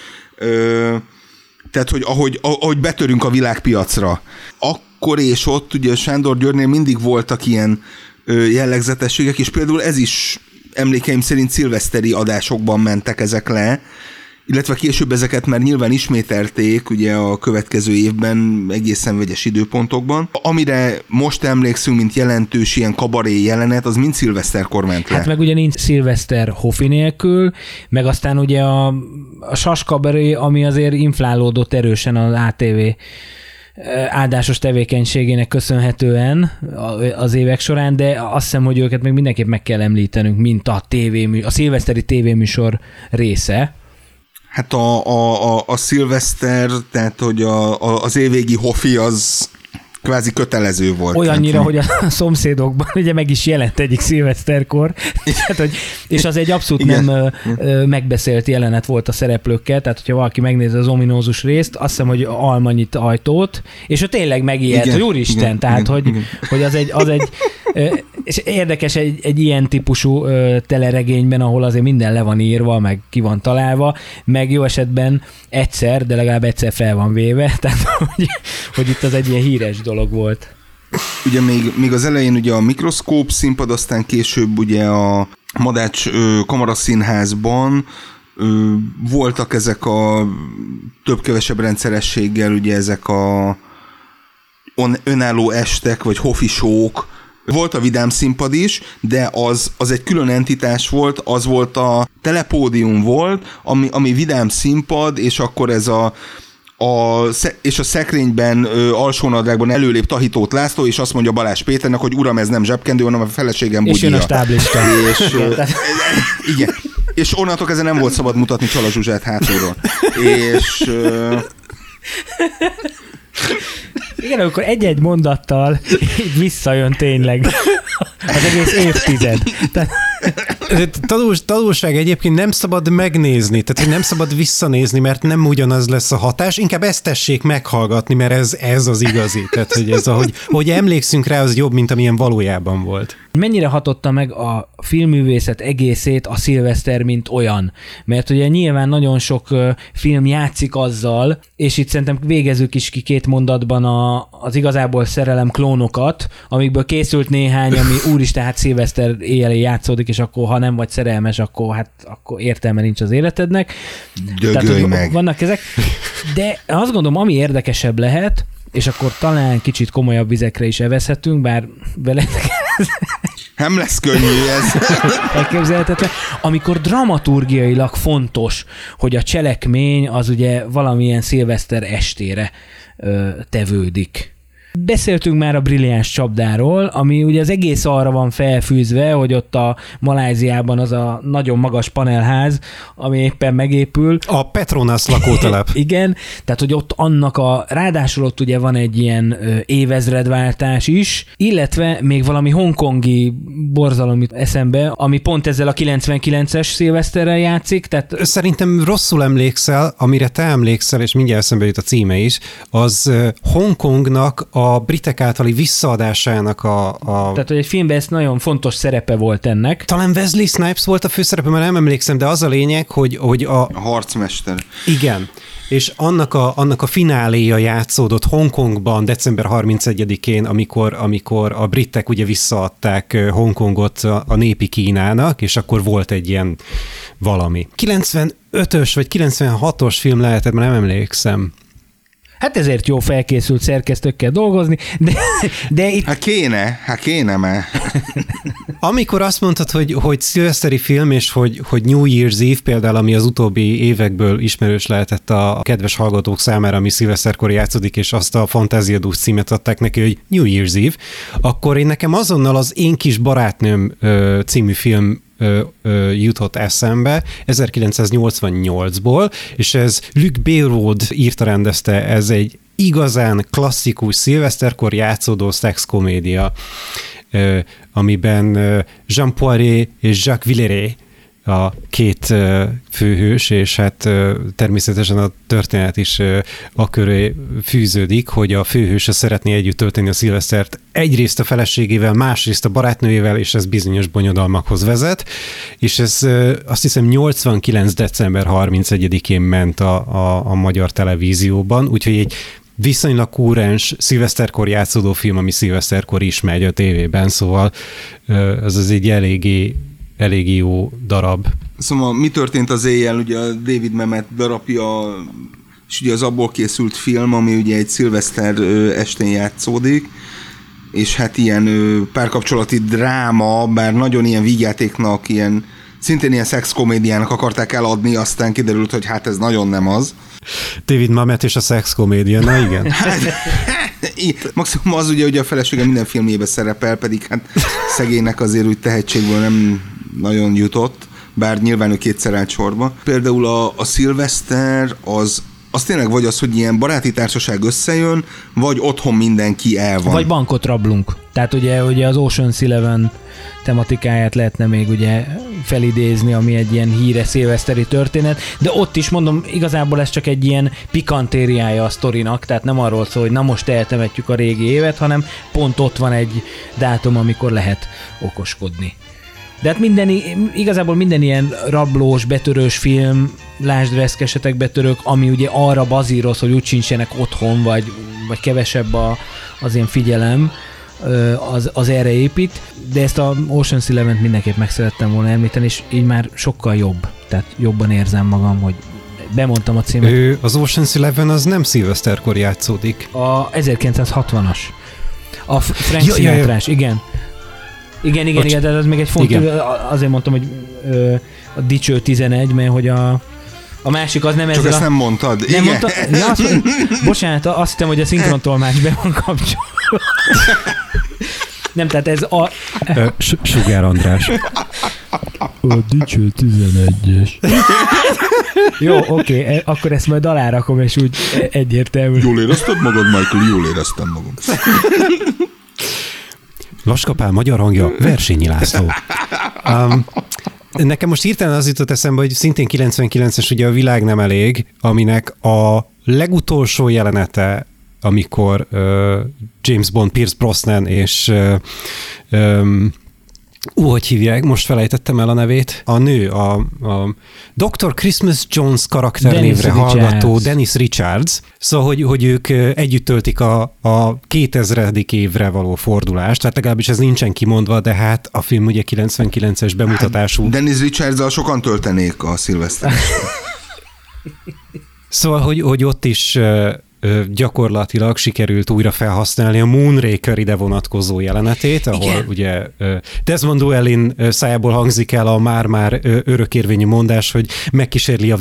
Speaker 4: ahogy betörünk a világpiacra. Akkor és ott ugye Sándor Györgynél mindig voltak ilyen jellegzetességek, és például ez is emlékeim szerint szilveszteri adásokban mentek ezek le, illetve később ezeket már nyilván ismételték ugye a következő évben egészen vegyes időpontokban. Amire most emlékszünk, mint jelentős ilyen kabaré jelenet, az mind szilveszterkor ment le.
Speaker 3: Hát meg ugye nincs szilveszter Hofi nélkül, meg aztán ugye a sas kabaré, ami azért inflálódott erősen az ATV áldásos tevékenységének köszönhetően az évek során, de azt hiszem, hogy őket még mindenképp meg kell említenünk, mint a szilveszteri tévéműsor része.
Speaker 4: Hát a szilveszter, tehát hogy az évvégi Hofi az kvázi kötelező volt.
Speaker 3: Olyannyira, hogy a szomszédokban ugye meg is jelent egyik szilveszterkor, és az egy abszolút nem megbeszélt jelenet volt a szereplőkkel, tehát hogyha valaki megnézi az ominózus részt, azt hiszem, hogy almanyit ajtót, és ő tényleg megijed, hogy úristen, igen, tehát igen, hogy az egy és érdekes egy ilyen típusú teleregényben, ahol azért minden le van írva, meg ki van találva, meg jó esetben egyszer, de legalább egyszer fel van véve, tehát hogy itt az egy ilyen híres dolog volt.
Speaker 4: Ugye még az elején ugye a Mikroszkóp színpad, aztán később ugye a Madács Kamaraszínházban voltak ezek a több-kevesebb rendszerességgel ugye ezek a önálló estek, vagy hofisók. Volt a Vidám színpad is, de az egy külön entitás volt, az volt a Telepódium volt, ami Vidám színpad, és akkor ez és a szekrényben alsónadrágban előlép Tahitót László, és azt mondja Balázs Péternek, hogy uram, ez nem zsebkendő, hanem a feleségem bugyja.
Speaker 3: És jön a stáblista.
Speaker 4: Igen. És onnantól kezdve nem volt szabad mutatni Csala Zsuzsát hátulról. És...
Speaker 3: Igen, akkor egy-egy mondattal így visszajön tényleg az egész évtized.
Speaker 1: Tanulság egyébként nem szabad megnézni, tehát nem szabad visszanézni, mert nem ugyanaz lesz a hatás, inkább ezt tessék meghallgatni, mert ez az igazi. Tehát, hogy hogy emlékszünk rá, az jobb, mint amilyen valójában volt.
Speaker 3: Mennyire hatotta meg a filmművészet egészét a szilveszter, mint olyan? Mert ugye nyilván nagyon sok film játszik azzal, és itt szerintem végezzük is ki 2 mondatban az igazából szerelem klónokat, amikből készült néhány, ami úristen, hát szilveszter éjjel játszódik, és akkor ha nem vagy szerelmes, akkor értelme nincs az életednek.
Speaker 4: Dögölj meg!
Speaker 3: Vannak ezek. De azt gondolom, ami érdekesebb lehet, és akkor talán kicsit komolyabb vizekre is evezhetünk, bár veletek
Speaker 4: nem lesz könnyű ez.
Speaker 3: Elképzelhetetlen. Amikor dramaturgiailag fontos, hogy a cselekmény az ugye valamilyen szilveszter estére tevődik. Beszéltünk már a Brilliáns csapdáról, ami ugye az egész arra van felfűzve, hogy ott a Maláziában az a nagyon magas panelház, ami éppen megépül.
Speaker 1: A Petronas lakótelep.
Speaker 3: Igen, tehát hogy ott ráadásul ott ugye van egy ilyen évezredváltás is, illetve még valami hongkongi borzalom eszembe, ami pont ezzel a 99-es szilveszterrel játszik. Tehát...
Speaker 1: Szerintem rosszul emlékszel, amire te emlékszel, és mindjárt eszembe jut a címe is, az Hongkongnak a britek általi visszaadásának
Speaker 3: Tehát, hogy egy filmben ez nagyon fontos szerepe volt ennek.
Speaker 1: Talán Wesley Snipes volt a főszerepe, mert nem emlékszem, de az a lényeg, hogy a
Speaker 4: harcmester.
Speaker 1: Igen. És annak a fináléja játszódott Hongkongban december 31-én, amikor a britek ugye visszaadták Hongkongot a népi Kínának, és akkor volt egy ilyen valami. 95-ös vagy 96-os film lehetett, mert nem emlékszem.
Speaker 3: Hát ezért jó felkészült szerkesztőkkel dolgozni, de itt...
Speaker 4: Hát kéne már.
Speaker 1: Amikor azt mondtad, hogy szilveszteri film, és hogy New Year's Eve például, ami az utóbbi évekből ismerős lehetett a kedves hallgatók számára, ami szilveszterkor játszódik, és azt a fantáziadús címet adták neki, hogy New Year's Eve, akkor nekem azonnal az Én kis barátnőm című film jutott eszembe 1988-ból, és ez Luc Béraud írta, rendezte, ez egy igazán klasszikus szilveszterkor játszódó szexkomédia, amiben Jean Poiret és Jacques Villeray a 2 főhős, és hát természetesen a történet is aköré fűződik, hogy a főhős szeretné együtt tölteni a szilvesztert egyrészt a feleségével, másrészt a barátnőjével, és ez bizonyos bonyodalmakhoz vezet, és ez azt hiszem 89. december 31-én ment a magyar televízióban, úgyhogy egy viszonylag kúrens szilveszterkor játszódó film, ami szilveszterkor is megy a tévében, szóval ez az egy elég jó darab.
Speaker 4: Szóval mi történt az éjjel, ugye a David Mamet darabja, és ugye az abból készült film, ami ugye egy szilveszter estén játszódik, és hát ilyen párkapcsolati dráma, bár nagyon ilyen vígjátéknak, szintén ilyen szexkomédiának akarták eladni, aztán kiderült, hogy hát ez nagyon nem az.
Speaker 1: David Mamet és a szexkomédia, na igen.
Speaker 4: Maximum az ugye, hogy a felesége minden filmjében szerepel, pedig hát szegénynek azért úgy tehetségből nem nagyon jutott, bár nyilván ő 2-szer állt sorba. Például a szilveszter az tényleg vagy az, hogy ilyen baráti társaság összejön, vagy otthon mindenki el van.
Speaker 3: Vagy bankot rablunk. Tehát ugye az Ocean's Eleven tematikáját lehetne még ugye felidézni, ami egy ilyen híres szilveszteri történet, de ott is mondom, igazából ez csak egy ilyen pikantériája a sztorinak, tehát nem arról szól, hogy na most eltemetjük a régi évet, hanem pont ott van egy dátum, amikor lehet okoskodni. De hát igazából minden ilyen rablós, betörős film, lásd Reszkesetek betörők, ami ugye arra bazíroz, hogy úgy sincsenek otthon, vagy kevesebb az ilyen figyelem, az erre épít, de ezt a Ocean's Eleven-t mindenképp meg szerettem volna említeni, és így már sokkal jobb, tehát jobban érzem magam, hogy bemondtam a címet.
Speaker 1: Az Ocean's Eleven az nem szilveszterkor játszódik.
Speaker 3: A 1960-as. A Frank Sinatra-s, igen. Igen, de ez még egy fontos, azért mondtam, hogy a dicső 11, mert hogy a másik az nem ez.
Speaker 4: Csak ezt nem mondtad.
Speaker 3: Nem
Speaker 4: igen.
Speaker 3: mondta? Ja, bocsánat, azt hittem, hogy a szinkrontolmács be van kapcsolva. Nem, tehát ez a...
Speaker 1: Sugár András.
Speaker 3: A dicső 11-es. Jó, oké, akkor ezt majd alárakom, és úgy egyértelmű.
Speaker 4: Jól érezted magad, Michael? Jól éreztem magam.
Speaker 1: Laskapál magyar hangja, Versényi László. Nekem most hirtelen az jutott eszembe, hogy szintén 99-es ugye a Világ nem elég, aminek a legutolsó jelenete, amikor James Bond, Pierce Brosnan és hogy hívják, most felejtettem el a nevét, a nő, a Dr. Christmas Jones karakternévre hallgató Dennis Richards, szóval, hogy ők együtt töltik a 2000. évre való fordulást, tehát legalábbis ez nincsen kimondva, de hát a film ugye 99-es bemutatású.
Speaker 4: Hát Dennis Richards-al sokan töltenék a szilvesztert.
Speaker 1: Szóval, hogy ott is gyakorlatilag sikerült újra felhasználni a Moonraker ide vonatkozó jelenetét, ahol igen. Ugye Desmond Llewellyn szájából hangzik el a már-már örökérvényű mondás, hogy megkísérli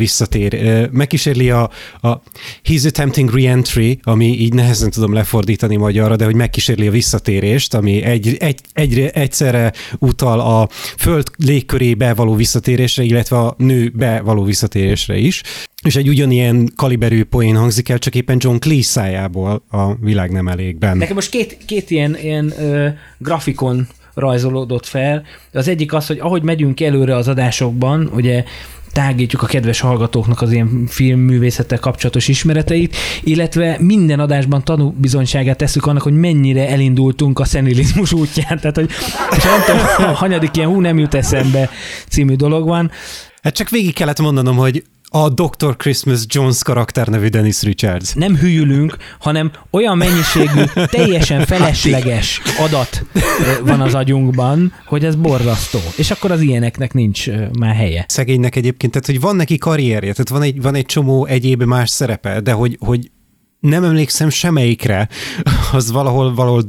Speaker 1: a He's attempting re-entry, ami így nehezen tudom lefordítani magyarra, de hogy megkísérli a visszatérést, ami egyszerre utal a föld légkörébe való visszatérésre, illetve a nőbe való visszatérésre is. És egy ugyanilyen kaliberű poén hangzik el, csak éppen John Cleese szájából a Világ nem elégben.
Speaker 3: Nekem most két ilyen grafikon rajzolódott fel. Az egyik az, hogy ahogy megyünk előre az adásokban, ugye tágítjuk a kedves hallgatóknak az ilyen filmművészettel kapcsolatos ismereteit, illetve minden adásban tanúbizonyságát tesszük annak, hogy mennyire elindultunk a szenilizmus útján. Tehát, hogy nem tudom, a hanyadik ilyen nem jut eszembe című dolog van.
Speaker 1: Hát csak végig kellett mondanom, hogy a Dr. Christmas Jones karakter nevű Dennis Richards.
Speaker 3: Nem hülyülünk, hanem olyan mennyiségű, teljesen felesleges adat van az agyunkban, hogy ez borzasztó. És akkor az ilyeneknek nincs már helye.
Speaker 1: Szegénynek egyébként, tehát hogy van neki karrierje, tehát van egy csomó egyéb más szerepe, de hogy nem emlékszem semmelyikre, az valahol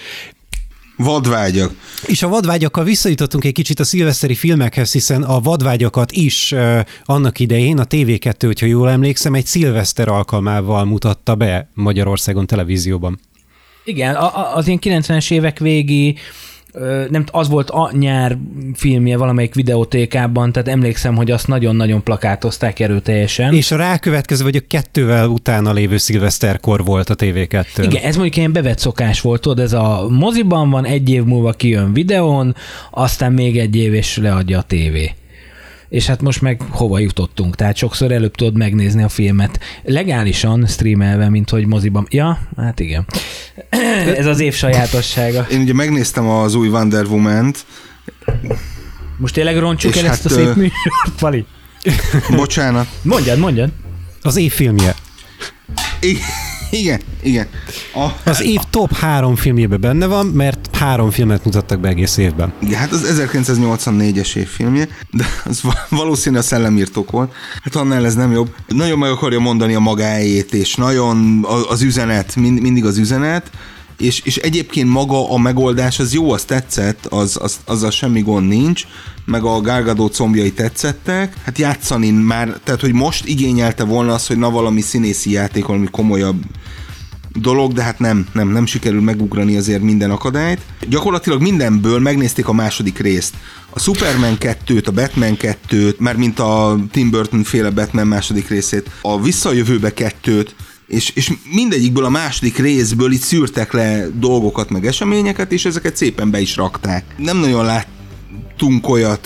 Speaker 4: Vadvágyak.
Speaker 1: És a vadvágyakkal visszajutottunk egy kicsit a szilveszteri filmekhez, hiszen a vadvágyakat is annak idején a TV2, hogyha jól emlékszem, egy szilveszter alkalmával mutatta be Magyarországon televízióban.
Speaker 3: Igen, az ilyen 90-es évek végi, nem, az volt a nyár filmje valamelyik videótékában, tehát emlékszem, hogy azt nagyon-nagyon plakátozták erőteljesen.
Speaker 1: És a rákövetkező, vagy a 2-vel utána lévő szilveszterkor volt a TV2.
Speaker 3: Igen, ez mondjuk ilyen bevett szokás volt, tudod, ez a moziban van, egy év múlva kijön videón, aztán még egy év, és leadja a tévé. És hát most meg hova jutottunk, tehát sokszor előbb tudod megnézni a filmet legálisan streamelve, mint hogy moziban. Ja, hát igen. Ez az év sajátossága.
Speaker 4: Én ugye megnéztem az új Wonder Woman-t.
Speaker 3: Most tényleg roncsuk el ezt a szép műsort, Pali?
Speaker 4: Bocsánat.
Speaker 3: Mondjad.
Speaker 1: Az év filmje.
Speaker 4: Igen.
Speaker 1: Az év top 3 filmjében benne van, mert 3 filmet mutattak be egész évben.
Speaker 4: Igen, hát az 1984-es év filmje, de az valószínű a szellemírtók volt. Hát annál ez nem jobb. Nagyon meg akarja mondani a magáét, és nagyon az üzenet, mindig az üzenet, és egyébként maga a megoldás az jó, az tetszett, azzal semmi gond nincs, meg a Gal Gadot combjai tetszettek. Hát játszani már, tehát hogy most igényelte volna az, hogy na valami színészi játék, valami komolyabb dolog, de hát nem sikerül megugrani azért minden akadályt. Gyakorlatilag mindenből megnézték a második részt. A Superman 2-t, a Batman 2-t, mert mint a Tim Burton féle Batman második részét, a Visszajövőbe 2-t, és mindegyikből a második részből itt szűrtek le dolgokat, meg eseményeket, és ezeket szépen be is rakták. Nem nagyon láttunk olyat,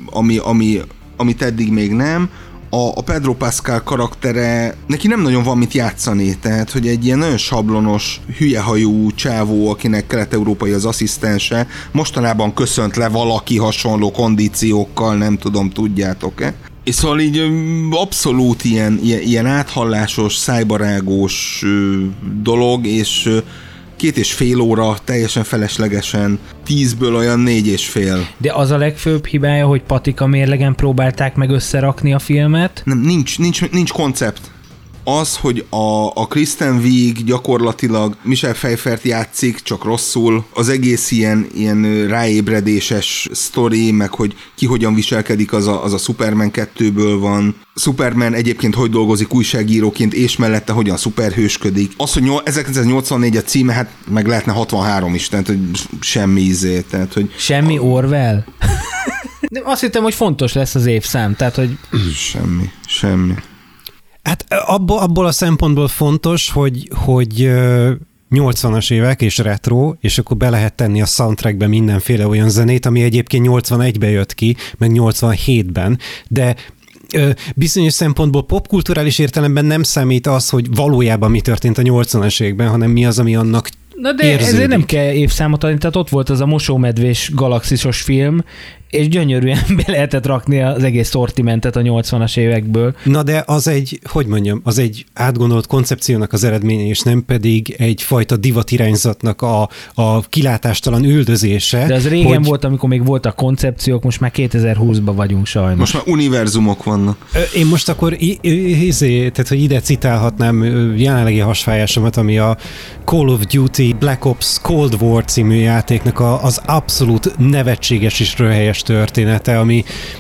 Speaker 4: amit eddig még nem. A Pedro Pascal karaktere, neki nem nagyon van mit játszani, tehát, hogy egy ilyen nagyon sablonos, hülyehajú csávó, akinek kelet-európai az asszisztense, mostanában köszönt le valaki hasonló kondíciókkal, nem tudom, tudjátok-e? És szóval így abszolút ilyen áthallásos, szájbarágós dolog, és 2,5 óra teljesen feleslegesen, 10-ből olyan 4,5.
Speaker 3: De az a legfőbb hibája, hogy patika mérlegen próbálták meg összerakni a filmet?
Speaker 4: Nem, nincs koncept. Az, hogy a Kristen Wiig gyakorlatilag Michelle Pfeiffert játszik, csak rosszul, az egész ilyen ráébredéses sztori, meg hogy ki hogyan viselkedik, az a Superman 2-ből van. Superman egyébként hogy dolgozik újságíróként, és mellette hogyan szuperhősködik. Az, hogy 1984 a címe, hát meg lehetne 63 is, tehát hogy semmi ízé. Tehát, hogy
Speaker 3: semmi Orwell? De azt hittem, hogy fontos lesz az évszám, tehát hogy...
Speaker 4: Semmi.
Speaker 1: Hát abból a szempontból fontos, hogy 80-as évek és retro, és akkor be lehet tenni a soundtrackbe mindenféle olyan zenét, ami egyébként 81-ben jött ki, meg 87-ben, de bizonyos szempontból popkulturális értelemben nem számít az, hogy valójában mi történt a 80-as években, hanem mi az, ami annak
Speaker 3: Na de
Speaker 1: érződik.
Speaker 3: ezért nem kell évszámot adni, tehát ott volt az a mosómedvés galaxisos film, és gyönyörűen be lehetett rakni az egész szortimentet a 80-as évekből.
Speaker 1: Na de az egy, hogy mondjam, az egy átgondolt koncepciónak az eredménye, és nem pedig egyfajta divatirányzatnak a kilátástalan üldözése.
Speaker 3: De az régen volt, amikor még voltak koncepciók, most már 2020-ban vagyunk sajnos.
Speaker 4: Most már univerzumok vannak.
Speaker 1: Én most akkor tehát, hogy ide citálhatnám jelenlegi hasfájásomat, ami a Call of Duty Black Ops Cold War című játéknak az abszolút nevetséges és röhelyes története, ami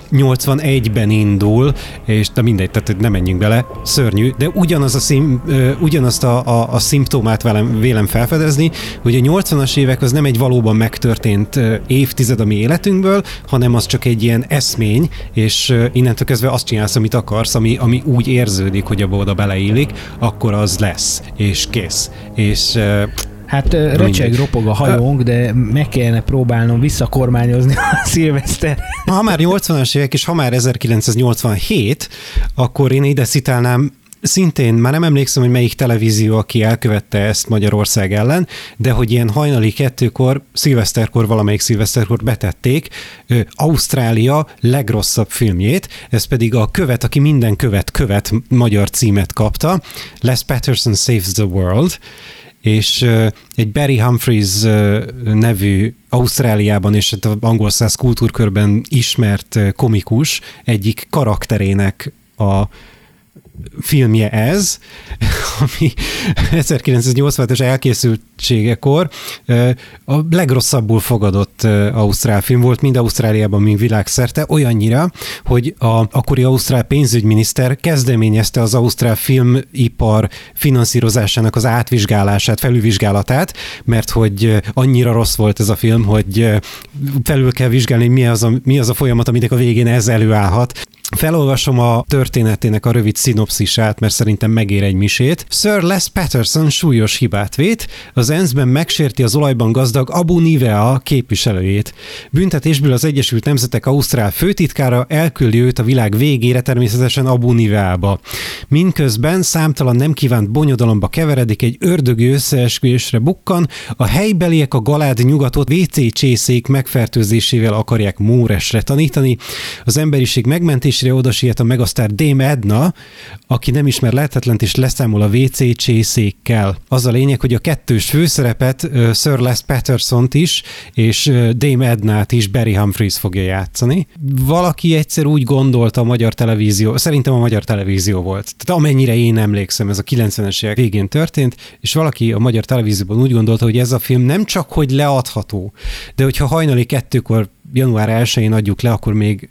Speaker 1: 81-ben indul, és de mindegy, tehát nem menjünk bele, szörnyű, de ugyanazt a szimptomát vélem felfedezni, hogy a 80-as évek az nem egy valóban megtörtént évtized a mi életünkből, hanem az csak egy ilyen eszmény, és innentől kezdve azt csinálsz, amit akarsz, ami úgy érződik, hogy abba oda beleillik, akkor az lesz, és kész. És
Speaker 3: hát recseg, ropog a hajónk, de meg kellene próbálnom visszakormányozni a szilveszter.
Speaker 1: Ha már 80-as évek, és ha már 1987, akkor én ide citálnám szintén, már nem emlékszem, hogy melyik televízió, aki elkövette ezt Magyarország ellen, de hogy ilyen hajnali 2-kor, valamelyik szilveszterkor betették Ausztrália legrosszabb filmjét, ez pedig a Követ, aki minden követ magyar címet kapta, Les Patterson Saves the World, és egy Barry Humphries nevű Ausztráliában és angol száz kultúrkörben ismert komikus egyik karakterének a filmje ez, ami 1986-es elkészültségekor a legrosszabbul fogadott ausztrál film volt, mind Ausztráliában, mind világszerte, olyannyira, hogy akkori ausztrál pénzügyminiszter kezdeményezte az ausztrál filmipar finanszírozásának az átvizsgálását, felülvizsgálatát, mert hogy annyira rossz volt ez a film, hogy felül kell vizsgálni, mi az a folyamat, aminek a végén ez előállhat. Felolvasom a történetének a rövid szinopszisát, mert szerintem megér egy misét. Sir Les Patterson súlyos hibát vét, az ENSZ-ben megsérti az olajban gazdag Abu Nivea képviselőjét. Büntetésből az Egyesült Nemzetek ausztrál főtitkára elküldi őt a világ végére, természetesen Abu Niveába. Mindközben számtalan nem kívánt bonyodalomba keveredik, egy ördögi összeesküvésre bukkan, a helybeliek a Galád nyugatot WC csészék megfertőzésével akarják móresre tanítani, az emberiség megmentés oda siet a megasztár Dame Edna, aki nem ismer lehetetlent és leszámol a WC csészékkel. Az a lényeg, hogy a kettős főszerepet Sir Les Pattersont is, és Dame Ednát is Barry Humphries fogja játszani. Valaki egyszer úgy gondolta a magyar televízió, szerintem a magyar televízió volt, tehát amennyire én emlékszem, ez a 90-es évek végén történt, és valaki a magyar televízióban úgy gondolta, hogy ez a film nem csak, hogy leadható, de hogyha hajnali 2-kor január 1-én adjuk le, akkor még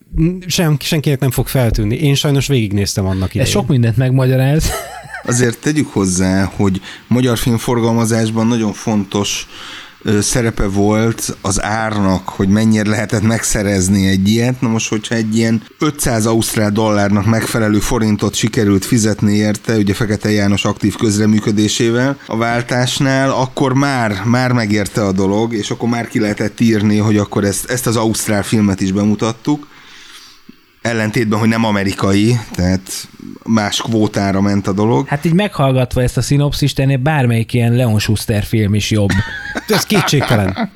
Speaker 1: senkinek nem fog feltűnni. Én sajnos végignéztem annak idején.
Speaker 3: Ez sok mindent megmagyaráz.
Speaker 4: Azért tegyük hozzá, hogy magyar filmforgalmazásban nagyon fontos szerepe volt az árnak, hogy mennyire lehetett megszerezni egy ilyet. Na most, hogyha egy ilyen 500 ausztrál dollárnak megfelelő forintot sikerült fizetni érte, ugye Fekete János aktív közreműködésével a váltásnál, akkor már megérte a dolog, és akkor már ki lehetett írni, hogy akkor ezt az ausztrál filmet is bemutattuk. Ellentétben, hogy nem amerikai, tehát más kvótára ment a dolog.
Speaker 3: Hát így meghallgatva ezt a szinopszist, ennél bármelyik ilyen Leon Schuster film is jobb.
Speaker 1: Ez kétségtelen.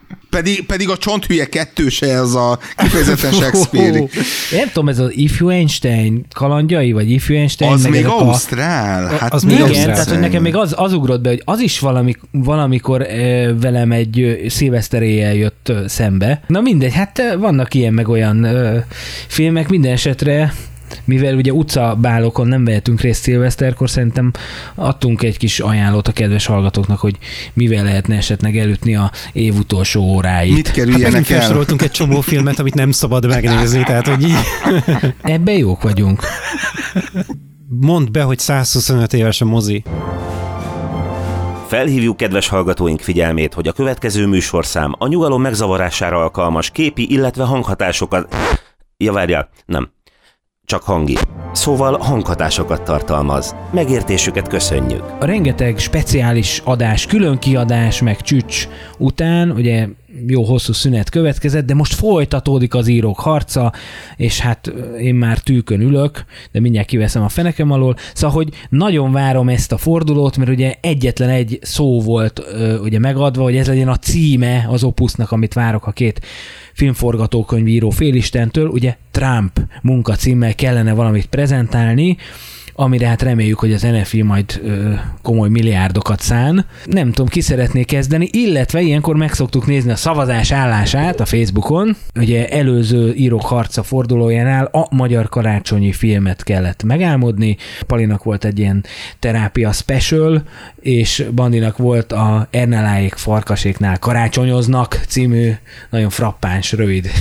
Speaker 4: Pedig a csonthülye kettőse az a kifejezetten Shakespeare-i.
Speaker 3: Nem tudom, ez az Ifjú Einstein kalandjai, vagy Ifjú Einstein?
Speaker 4: Az még ausztrál? Hát
Speaker 1: az
Speaker 3: igen,
Speaker 1: még ausztrál.
Speaker 3: tehát hogy nekem még az ugrott be, hogy az is valamikor velem egy szilveszter éjjel jött szembe. Na mindegy, hát vannak ilyen meg olyan filmek, minden esetre, mivel ugye utcabálokon nem vehetünk részt szilveszterkor, szerintem adtunk egy kis ajánlót a kedves hallgatóknak, hogy mivel lehetne esetleg elütni a év utolsó óráit.
Speaker 4: Mit kerüljenek el?
Speaker 1: Felsoroltunk egy csomó filmet, amit nem szabad megnézni, tehát hogy így...
Speaker 3: Ebben jók vagyunk.
Speaker 1: Mondd be, hogy 125 éves a mozi.
Speaker 2: Felhívjuk kedves hallgatóink figyelmét, hogy a következő műsorszám a nyugalom megzavarására alkalmas képi, illetve hanghatásokat... Ja, várjál, nem. Csak hangi. Szóval hanghatásokat tartalmaz. Megértésüket köszönjük.
Speaker 3: A rengeteg speciális adás, külön kiadás, meg csücs után, ugye jó hosszú szünet következett, de most folytatódik az írók harca, és hát én már tűkön ülök, de mindjárt kiveszem a fenekem alól. Szóval, hogy nagyon várom ezt a fordulót, mert ugye egyetlen egy szó volt ugye megadva, hogy ez legyen a címe az opusznak, amit várok a két filmforgatókönyvíró félistentől. Ugye Trump munkacímmel kellene valamit prezentálni, amire hát reméljük, hogy az NFI majd komoly milliárdokat szán. Nem tudom, ki szeretné kezdeni, illetve ilyenkor meg szoktuk nézni a szavazás állását a Facebookon. Ugye előző írók harca fordulójánál a magyar karácsonyi filmet kellett megálmodni. Palinak volt egy ilyen terápia special, és Bandinak volt a Erneláék farkaséknál karácsonyoznak című, nagyon frappáns, rövid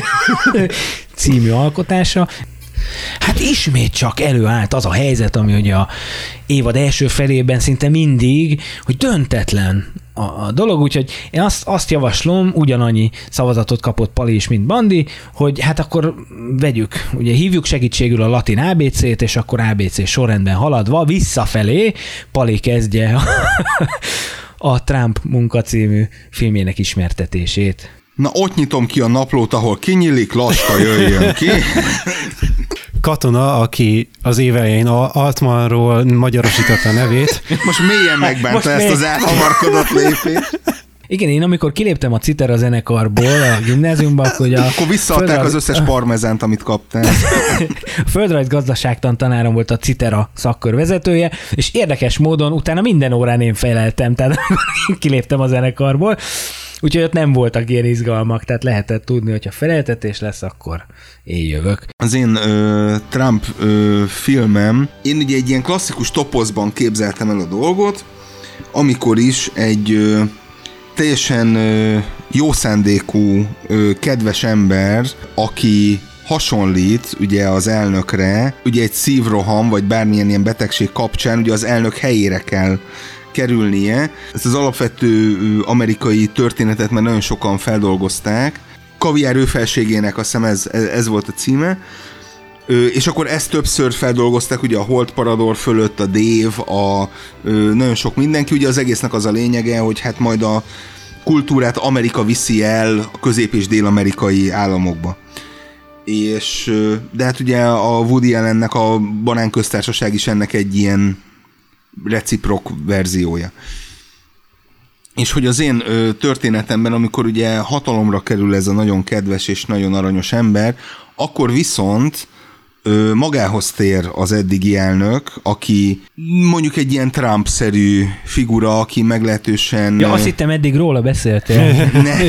Speaker 3: című alkotása. Hát ismét csak előállt az a helyzet, ami ugye a évad első felében szinte mindig, hogy döntetlen a dolog, úgyhogy én azt javaslom, ugyanannyi szavazatot kapott Pali is, mint Bandi, hogy hát akkor vegyük, ugye hívjuk segítségül a latin ABC-t, és akkor ABC sorrendben haladva visszafelé Pali kezdje a Trump munkacímű filmjének ismertetését.
Speaker 4: Na, ott nyitom ki a naplót, ahol kinyílik, Laska jöjjön ki.
Speaker 1: Katona, aki az év elején Altmanról magyarosította a nevét.
Speaker 4: Most mélyen megbánta ezt az elhamarkodott lépést.
Speaker 3: Igen, én amikor kiléptem a Citera zenekarból a gimnáziumban, hogy
Speaker 4: akkor visszaadták az összes parmezánt, amit kaptál.
Speaker 3: A földrajz gazdaságtan tanárom volt a Citera szakkör vezetője, és érdekes módon utána minden órán én feleltem, tehát kiléptem a zenekarból. Úgyhogy ott nem voltak ilyen izgalmak, tehát lehetett tudni, hogyha feleltetés lesz, akkor én jövök.
Speaker 4: Az én Trump filmem, én ugye egy ilyen klasszikus toposzban képzeltem el a dolgot, amikor is egy teljesen jó szándékú, kedves ember, aki hasonlít ugye az elnökre, ugye egy szívroham, vagy bármilyen ilyen betegség kapcsán, ugye az elnök helyére kell kerülnie. Ezt az alapvető amerikai történetet már nagyon sokan feldolgozták. Kaviár őfelségének, azt hiszem ez volt a címe. És akkor ezt többször feldolgozták, ugye a Holt Parador fölött, a Dave, nagyon sok mindenki. Ugye az egésznek az a lényege, hogy hát majd a kultúrát Amerika viszi el a közép- és dél-amerikai államokba. De hát ugye a Woody Allennek a Banánköztársaság is ennek egy ilyen reciprok verziója. És hogy az én történetemben, amikor ugye hatalomra kerül ez a nagyon kedves és nagyon aranyos ember, akkor viszont magához tér az eddigi elnök, aki mondjuk egy ilyen Trump-szerű figura, aki meglehetősen...
Speaker 3: Ja, azt hittem, eddig róla beszéltél.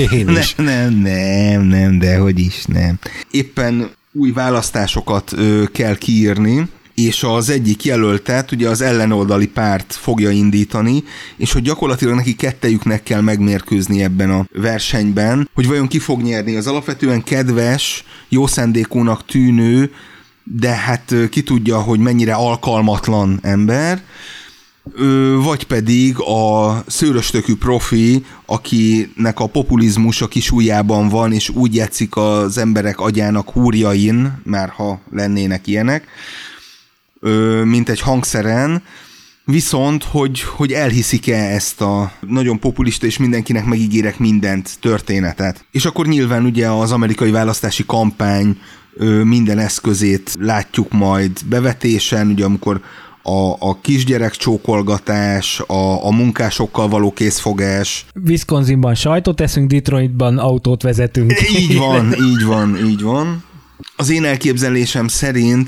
Speaker 4: Nem, dehogy is, nem. Éppen új választásokat kell kiírni, és az egyik jelöltet ugye az ellenoldali párt fogja indítani, és hogy gyakorlatilag neki kettejüknek kell megmérkőzni ebben a versenyben, hogy vajon ki fog nyerni. Az alapvetően kedves, jó szándékúnak tűnő, de hát ki tudja, hogy mennyire alkalmatlan ember, vagy pedig a szőröstökű profi, akinek a populizmus a kis ujjában van, és úgy játszik az emberek agyának húrjain, már ha lennének ilyenek, mint egy hangszeren, viszont, hogy elhiszik-e ezt a nagyon populista és mindenkinek megígérek mindent történetet. És akkor nyilván ugye az amerikai választási kampány minden eszközét látjuk majd bevetésen, ugye amikor a kisgyerek csókolgatás, a munkásokkal való készfogás.
Speaker 3: Wisconsinban sajtot eszünk, Detroitban autót vezetünk.
Speaker 4: Így van. Az én elképzelésem szerint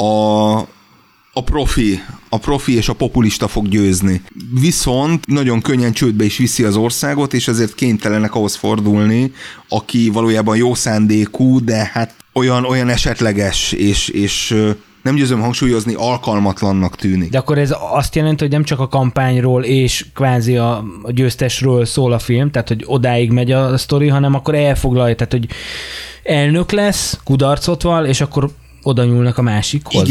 Speaker 4: a profi és a populista fog győzni. Viszont nagyon könnyen csődbe is viszi az országot, és ezért kénytelenek ahhoz fordulni, aki valójában jó szándékú, de hát olyan esetleges, és nem győzöm hangsúlyozni, alkalmatlannak tűnik.
Speaker 3: De akkor ez azt jelenti, hogy nem csak a kampányról és kvázi a győztesről szól a film, tehát hogy odáig megy a sztori, hanem akkor elfoglalja, tehát hogy elnök lesz, kudarcot val, és akkor oda nyúlnak a másikhoz.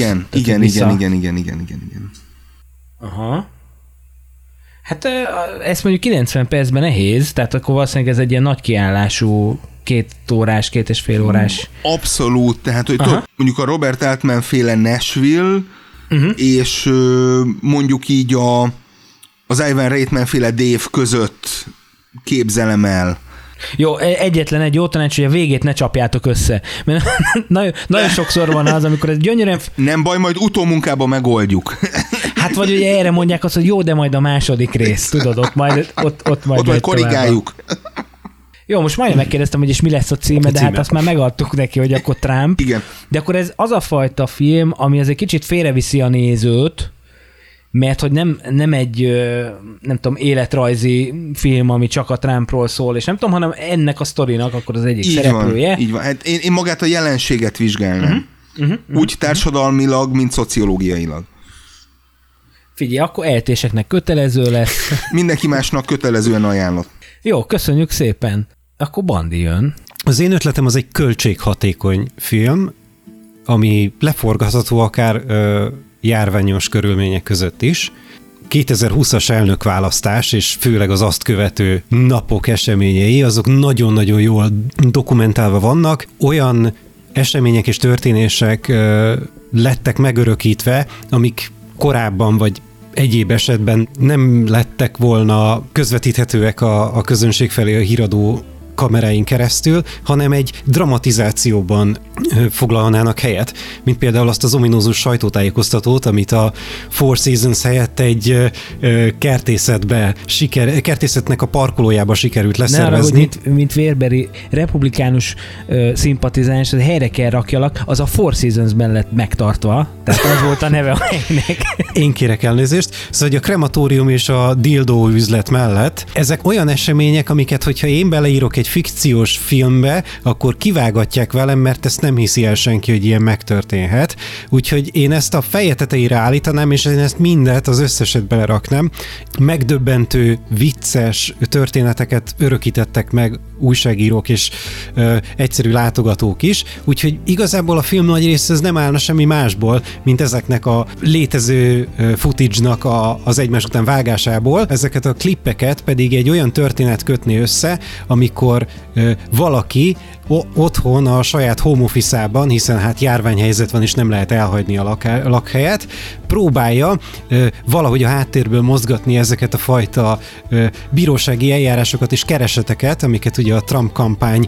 Speaker 4: Igen.
Speaker 3: Aha. Hát ezt mondjuk 90 percben nehéz, tehát akkor valószínűleg ez egy ilyen nagy kiállású 2 órás, 2,5 órás.
Speaker 4: Abszolút, tehát hogy mondjuk a Robert Altman féle Nashville, és mondjuk így az Ivan Reitman féle Dave között képzelem el.
Speaker 3: Jó, egyetlen egy jó tanács, hogy a végét ne csapjátok össze. Mert nagyon sokszor van az, amikor ez gyönyörűen...
Speaker 4: Nem baj, majd utómunkában megoldjuk.
Speaker 3: Hát vagy ugye erre mondják azt, hogy jó, de majd a második rész, tudod, ott majd
Speaker 4: korrigáljuk.
Speaker 3: Jó, most majdnem megkérdeztem, hogy és mi lesz a címe, de hát azt már megadtuk neki, hogy akkor Trump.
Speaker 4: Igen.
Speaker 3: De akkor ez az a fajta film, ami azért kicsit félreviszi a nézőt, mert hogy nem egy, nem tudom, életrajzi film, ami csak a Trumpról szól, és nem tudom, hanem ennek a sztorinak akkor az egyik szereplője.
Speaker 4: Így van. Hát én magát a jelenséget vizsgálnám. Úgy társadalmilag, mint szociológiailag.
Speaker 3: Figyelj, akkor eltéseknek kötelező lesz.
Speaker 4: Mindenki másnak kötelezően ajánlott.
Speaker 3: Jó, köszönjük szépen. Akkor Bandi jön.
Speaker 1: Az én ötletem az egy költséghatékony film, ami leforgatható akár járványos körülmények között is. 2020-as elnökválasztás, és főleg az azt követő napok eseményei, azok nagyon-nagyon jól dokumentálva vannak. Olyan események és történések lettek megörökítve, amik korábban vagy egyéb esetben nem lettek volna közvetíthetőek a közönség felé a híradó kameráin keresztül, hanem egy dramatizációban foglalnának helyet, mint például azt az ominózus sajtótájékoztatót, amit a Four Seasons helyett egy kertészetnek a parkolójába sikerült leszervezni.
Speaker 3: Ne arra, mint vérberi republikánus szimpatizáns, hogy helyre kell rakjalak, az a Four Seasons-ben lett megtartva, tehát az volt a neve a helynek.
Speaker 1: Én kérek elnézést. Szóval, hogy a krematórium és a dildó üzlet mellett ezek olyan események, amiket, hogyha én beleírok egy fikciós filmbe, akkor kivágatják velem, mert ezt nem hiszi el senki, hogy ilyen megtörténhet. Úgyhogy én ezt a feje tetejére állítanám, és én ezt mindet, az összeset beleraknám. Megdöbbentő, vicces történeteket örökítettek meg újságírók és egyszerű látogatók is, úgyhogy igazából a film nagy része ez nem állna semmi másból, mint ezeknek a létező footage-nak az egymás után vágásából. Ezeket a klippeket pedig egy olyan történet kötné össze, amikor valaki otthon a saját home office-ában, hiszen hát járványhelyzet van és nem lehet elhagyni a lakhelyet, próbálja valahogy a háttérből mozgatni ezeket a fajta bírósági eljárásokat és kereseteket, amiket ugye a Trump kampány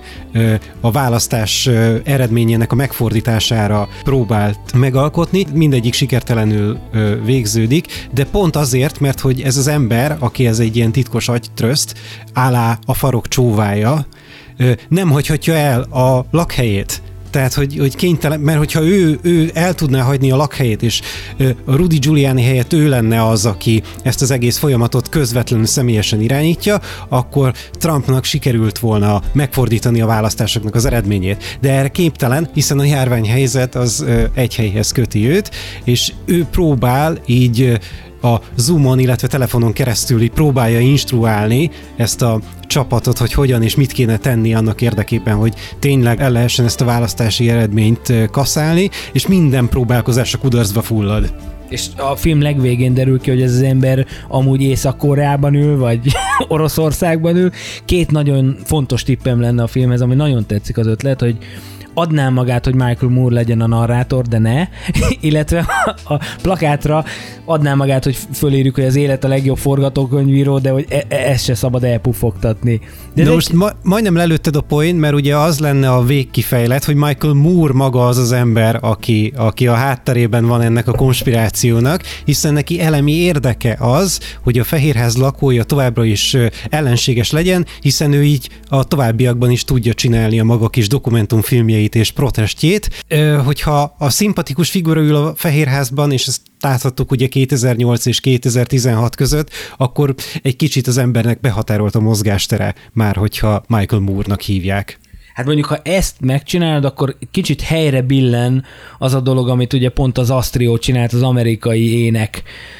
Speaker 1: a választás eredményének a megfordítására próbált megalkotni. Mindegyik sikertelenül végződik, de pont azért, mert hogy ez az ember, aki ez egy ilyen titkos agytröszt, alá a farok csóvája, nem hagyhatja el a lakhelyét. Tehát, hogy kénytelen, mert hogyha ő el tudná hagyni a lakhelyét, és a Rudy Giuliani helyett ő lenne az, aki ezt az egész folyamatot közvetlenül személyesen irányítja, akkor Trumpnak sikerült volna megfordítani a választásoknak az eredményét. De erre képtelen, hiszen a járványhelyzet az egy helyhez köti őt, és ő próbál így a Zoomon, illetve telefonon keresztül így próbálja instruálni ezt a csapatot, hogy hogyan és mit kéne tenni annak érdekében, hogy tényleg el lehessen ezt a választási eredményt kaszálni, és minden próbálkozása kudarcba fullad.
Speaker 3: És a film legvégén derül ki, hogy ez az ember amúgy Észak-Koreában ül, vagy Oroszországban ül. Két nagyon fontos tippem lenne a filmhez, ami nagyon tetszik az ötlet, hogy adnám magát, hogy Michael Moore legyen a narrátor, de ne, illetve a plakátra adnám magát, hogy fölírjuk, hogy az élet a legjobb forgatókönyvíró, de hogy ezt se szabad elpufogtatni.
Speaker 1: De most majdnem lelőtted a point, mert ugye az lenne a végkifejlet, hogy Michael Moore maga az az ember, aki a hátterében van ennek a konspirációnak, hiszen neki elemi érdeke az, hogy a Fehérház lakója továbbra is ellenséges legyen, hiszen ő így a továbbiakban is tudja csinálni a maga kis dokumentumfilmjeit és protestjét. Hogyha a szimpatikus figura ül a Fehérházban, és ezt láthattuk ugye 2008 és 2016 között, akkor egy kicsit az embernek behatárolt a mozgástere már, hogyha Michael Moore-nak hívják.
Speaker 3: Hát mondjuk, ha ezt megcsinálod, akkor kicsit helyre billen az a dolog, amit ugye pont az Astrio csinált, az Amerikai Ének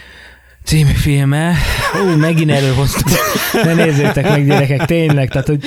Speaker 3: című filme. Megint előhoztuk. Ne nézzétek meg, gyerekek, tényleg. Tehát, hogy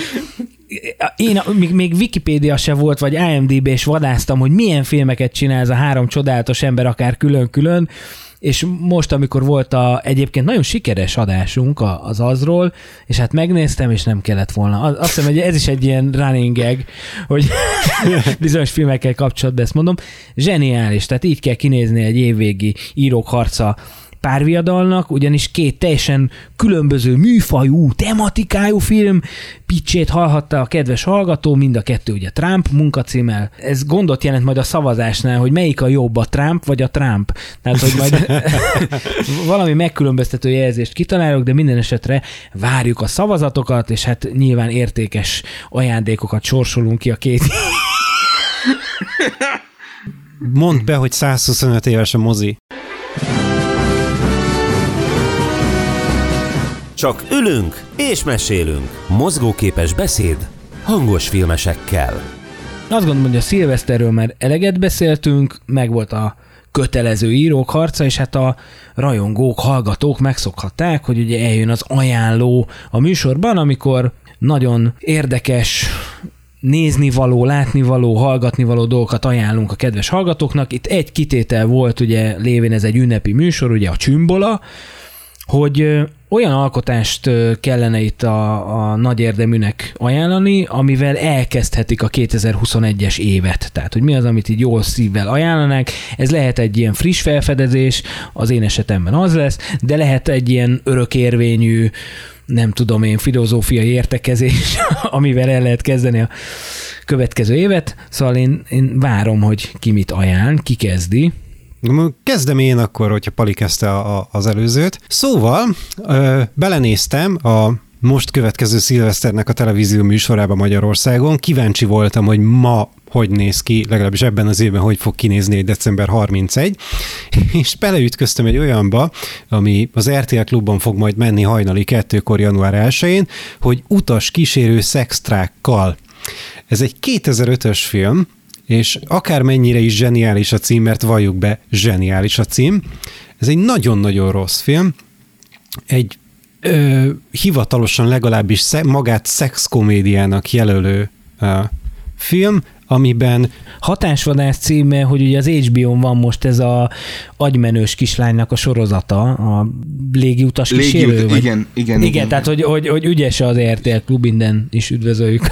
Speaker 3: én még Wikipédia se volt, vagy IMDb, és vadásztam, hogy milyen filmeket csinál ez a három csodálatos ember, akár külön-külön, és most, amikor volt egyébként nagyon sikeres adásunk az azról, és hát megnéztem, és nem kellett volna. Azt hiszem, hogy ez is egy ilyen running gag, hogy bizonyos filmekkel kapcsolatban ezt mondom. Zseniális, tehát így kell kinézni egy évvégi írók harca párviadalnak, ugyanis két teljesen különböző műfajú, tematikájú film pitchét hallhatta a kedves hallgató, mind a kettő ugye Trump munkacímmel. Ez gondot jelent majd a szavazásnál, hogy melyik a jobb, a Trump vagy a Trump. Tehát, hogy majd valami megkülönböztető jelzést kitalálok, de minden esetre várjuk a szavazatokat, és hát nyilván értékes ajándékokat sorsolunk ki a két.
Speaker 1: Mondd be, hogy 125 éves a mozi.
Speaker 2: Csak ülünk és mesélünk. Mozgóképes beszéd hangos filmesekkel.
Speaker 3: Azt gondolom, hogy a szilveszterről már eleget beszéltünk, meg volt a kötelező írók harca, és hát a rajongók, hallgatók megszokhatták, hogy ugye eljön az ajánló a műsorban, amikor nagyon érdekes, néznivaló, látnivaló, hallgatnivaló dolgokat ajánlunk a kedves hallgatóknak. Itt egy kitétel volt, ugye lévén ez egy ünnepi műsor, ugye a Csümbola, hogy olyan alkotást kellene itt a nagy érdeműnek ajánlani, amivel elkezdhetik a 2021-es évet. Tehát, hogy mi az, amit így jól szívvel ajánlanák. Ez lehet egy ilyen friss felfedezés, az én esetemben az lesz, de lehet egy ilyen örökérvényű, nem tudom én, filozófiai értekezés, amivel el lehet kezdeni a következő évet. Szóval én várom, hogy ki mit ajánl, ki kezdi.
Speaker 1: Kezdem én akkor, hogyha Pali kezdte az előzőt. Szóval belenéztem a most következő szilveszternek a televízió műsorába Magyarországon. Kíváncsi voltam, hogy ma hogy néz ki, legalábbis ebben az évben hogy fog kinézni egy december 31, és beleütköztem egy olyanba, ami az RTL Klubban fog majd menni hajnali 2-kor január 1-én, hogy utas kísérő szextrákkal. Ez egy 2005-ös film, és akármennyire is zseniális a cím, mert valljuk be, zseniális a cím. Ez egy nagyon-nagyon rossz film. Egy hivatalosan legalábbis magát szexkomédiának jelölő film, amiben...
Speaker 3: Hatásvadász címe, hogy ugye az HBO-n van most ez a agymenős kislánynak a sorozata, a légiutas kísérő. Igen, tehát hogy ügyes az RTL Klub, innen is üdvözöljük.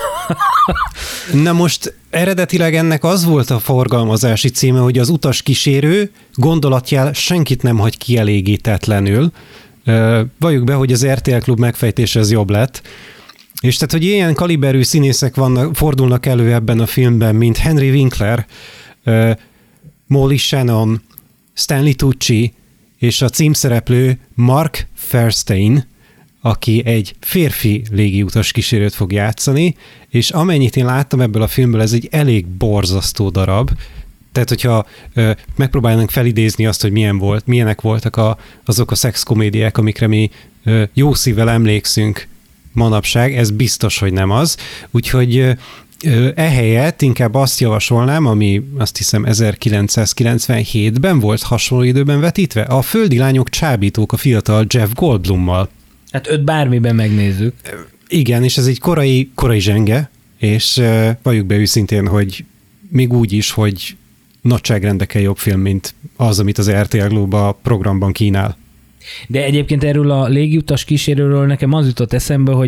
Speaker 1: Na most eredetileg ennek az volt a forgalmazási címe, hogy az utas kísérő gondolatjál senkit nem hagy kielégítetlenül. Valljuk be, hogy az RTL Klub megfejtése ez jobb lett. És tehát, hogy ilyen kaliberű színészek fordulnak elő ebben a filmben, mint Henry Winkler, Molly Shannon, Stanley Tucci, és a címszereplő Mark Fairstein, aki egy férfi légiutas kísérőt fog játszani, és amennyit én láttam ebből a filmből, ez egy elég borzasztó darab. Tehát, hogyha megpróbálnánk felidézni azt, hogy milyenek voltak azok a szexkomédiák, amikre mi jó szívvel emlékszünk manapság, ez biztos, hogy nem az. Úgyhogy ehelyett inkább azt javasolnám, ami azt hiszem 1997-ben volt hasonló időben vetítve, a Földi lányok csábítók a fiatal Jeff Goldblummal.
Speaker 3: Hát őt bármiben megnézzük.
Speaker 1: Igen, és ez egy korai zsenge, és valljuk be őszintén, hogy még úgy is, hogy nagyságrendekkel jobb film, mint az, amit az RTL Klub a programban kínál.
Speaker 3: De egyébként erről a légiutas kísérőről nekem az jutott eszembe, hogy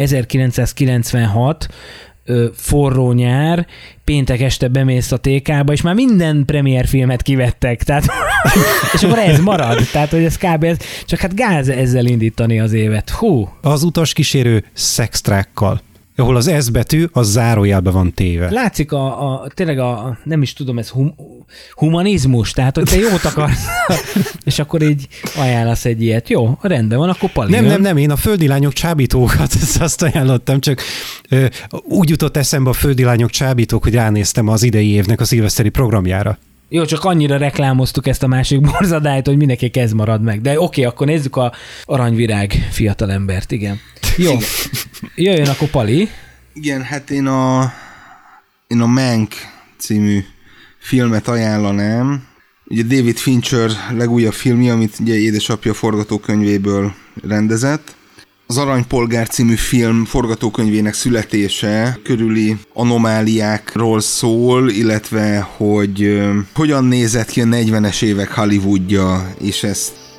Speaker 3: 1996 forró nyár, péntek este bemész a TK-ba, és már minden premier filmet kivettek, tehát, és akkor ez marad, tehát hogy ez kb. Csak hát gáz ezzel indítani az évet. Hú.
Speaker 1: Az utas kísérő szextrákkal, ahol az S betű az zárójelbe van téve.
Speaker 3: Látszik tényleg nem is tudom, ez humanizmus, tehát hogy te jót akarsz, és akkor így ajánlasz egy ilyet. Jó, rendben van, akkor Pali.
Speaker 1: Nem, én a Földi lányok csábítókat azt ajánlottam, csak úgy jutott eszembe a Földi lányok csábítók, hogy ránéztem az idei évnek a szilveszteri programjára.
Speaker 3: Jó, csak annyira reklámoztuk ezt a másik borzadályt, hogy mindenki ez marad meg. De oké, akkor nézzük a Aranyvirág fiatalembert, igen. Jó, jöjjön akkor Pali.
Speaker 4: Igen, hát én a Mank című filmet ajánlanám. Ugye David Fincher legújabb filmje, amit ugye édesapja forgatókönyvéből rendezett. Az Aranypolgár című film forgatókönyvének születése körüli anomáliákról szól, illetve hogy hogyan nézett ki a 40-es évek Hollywoodja, és ezt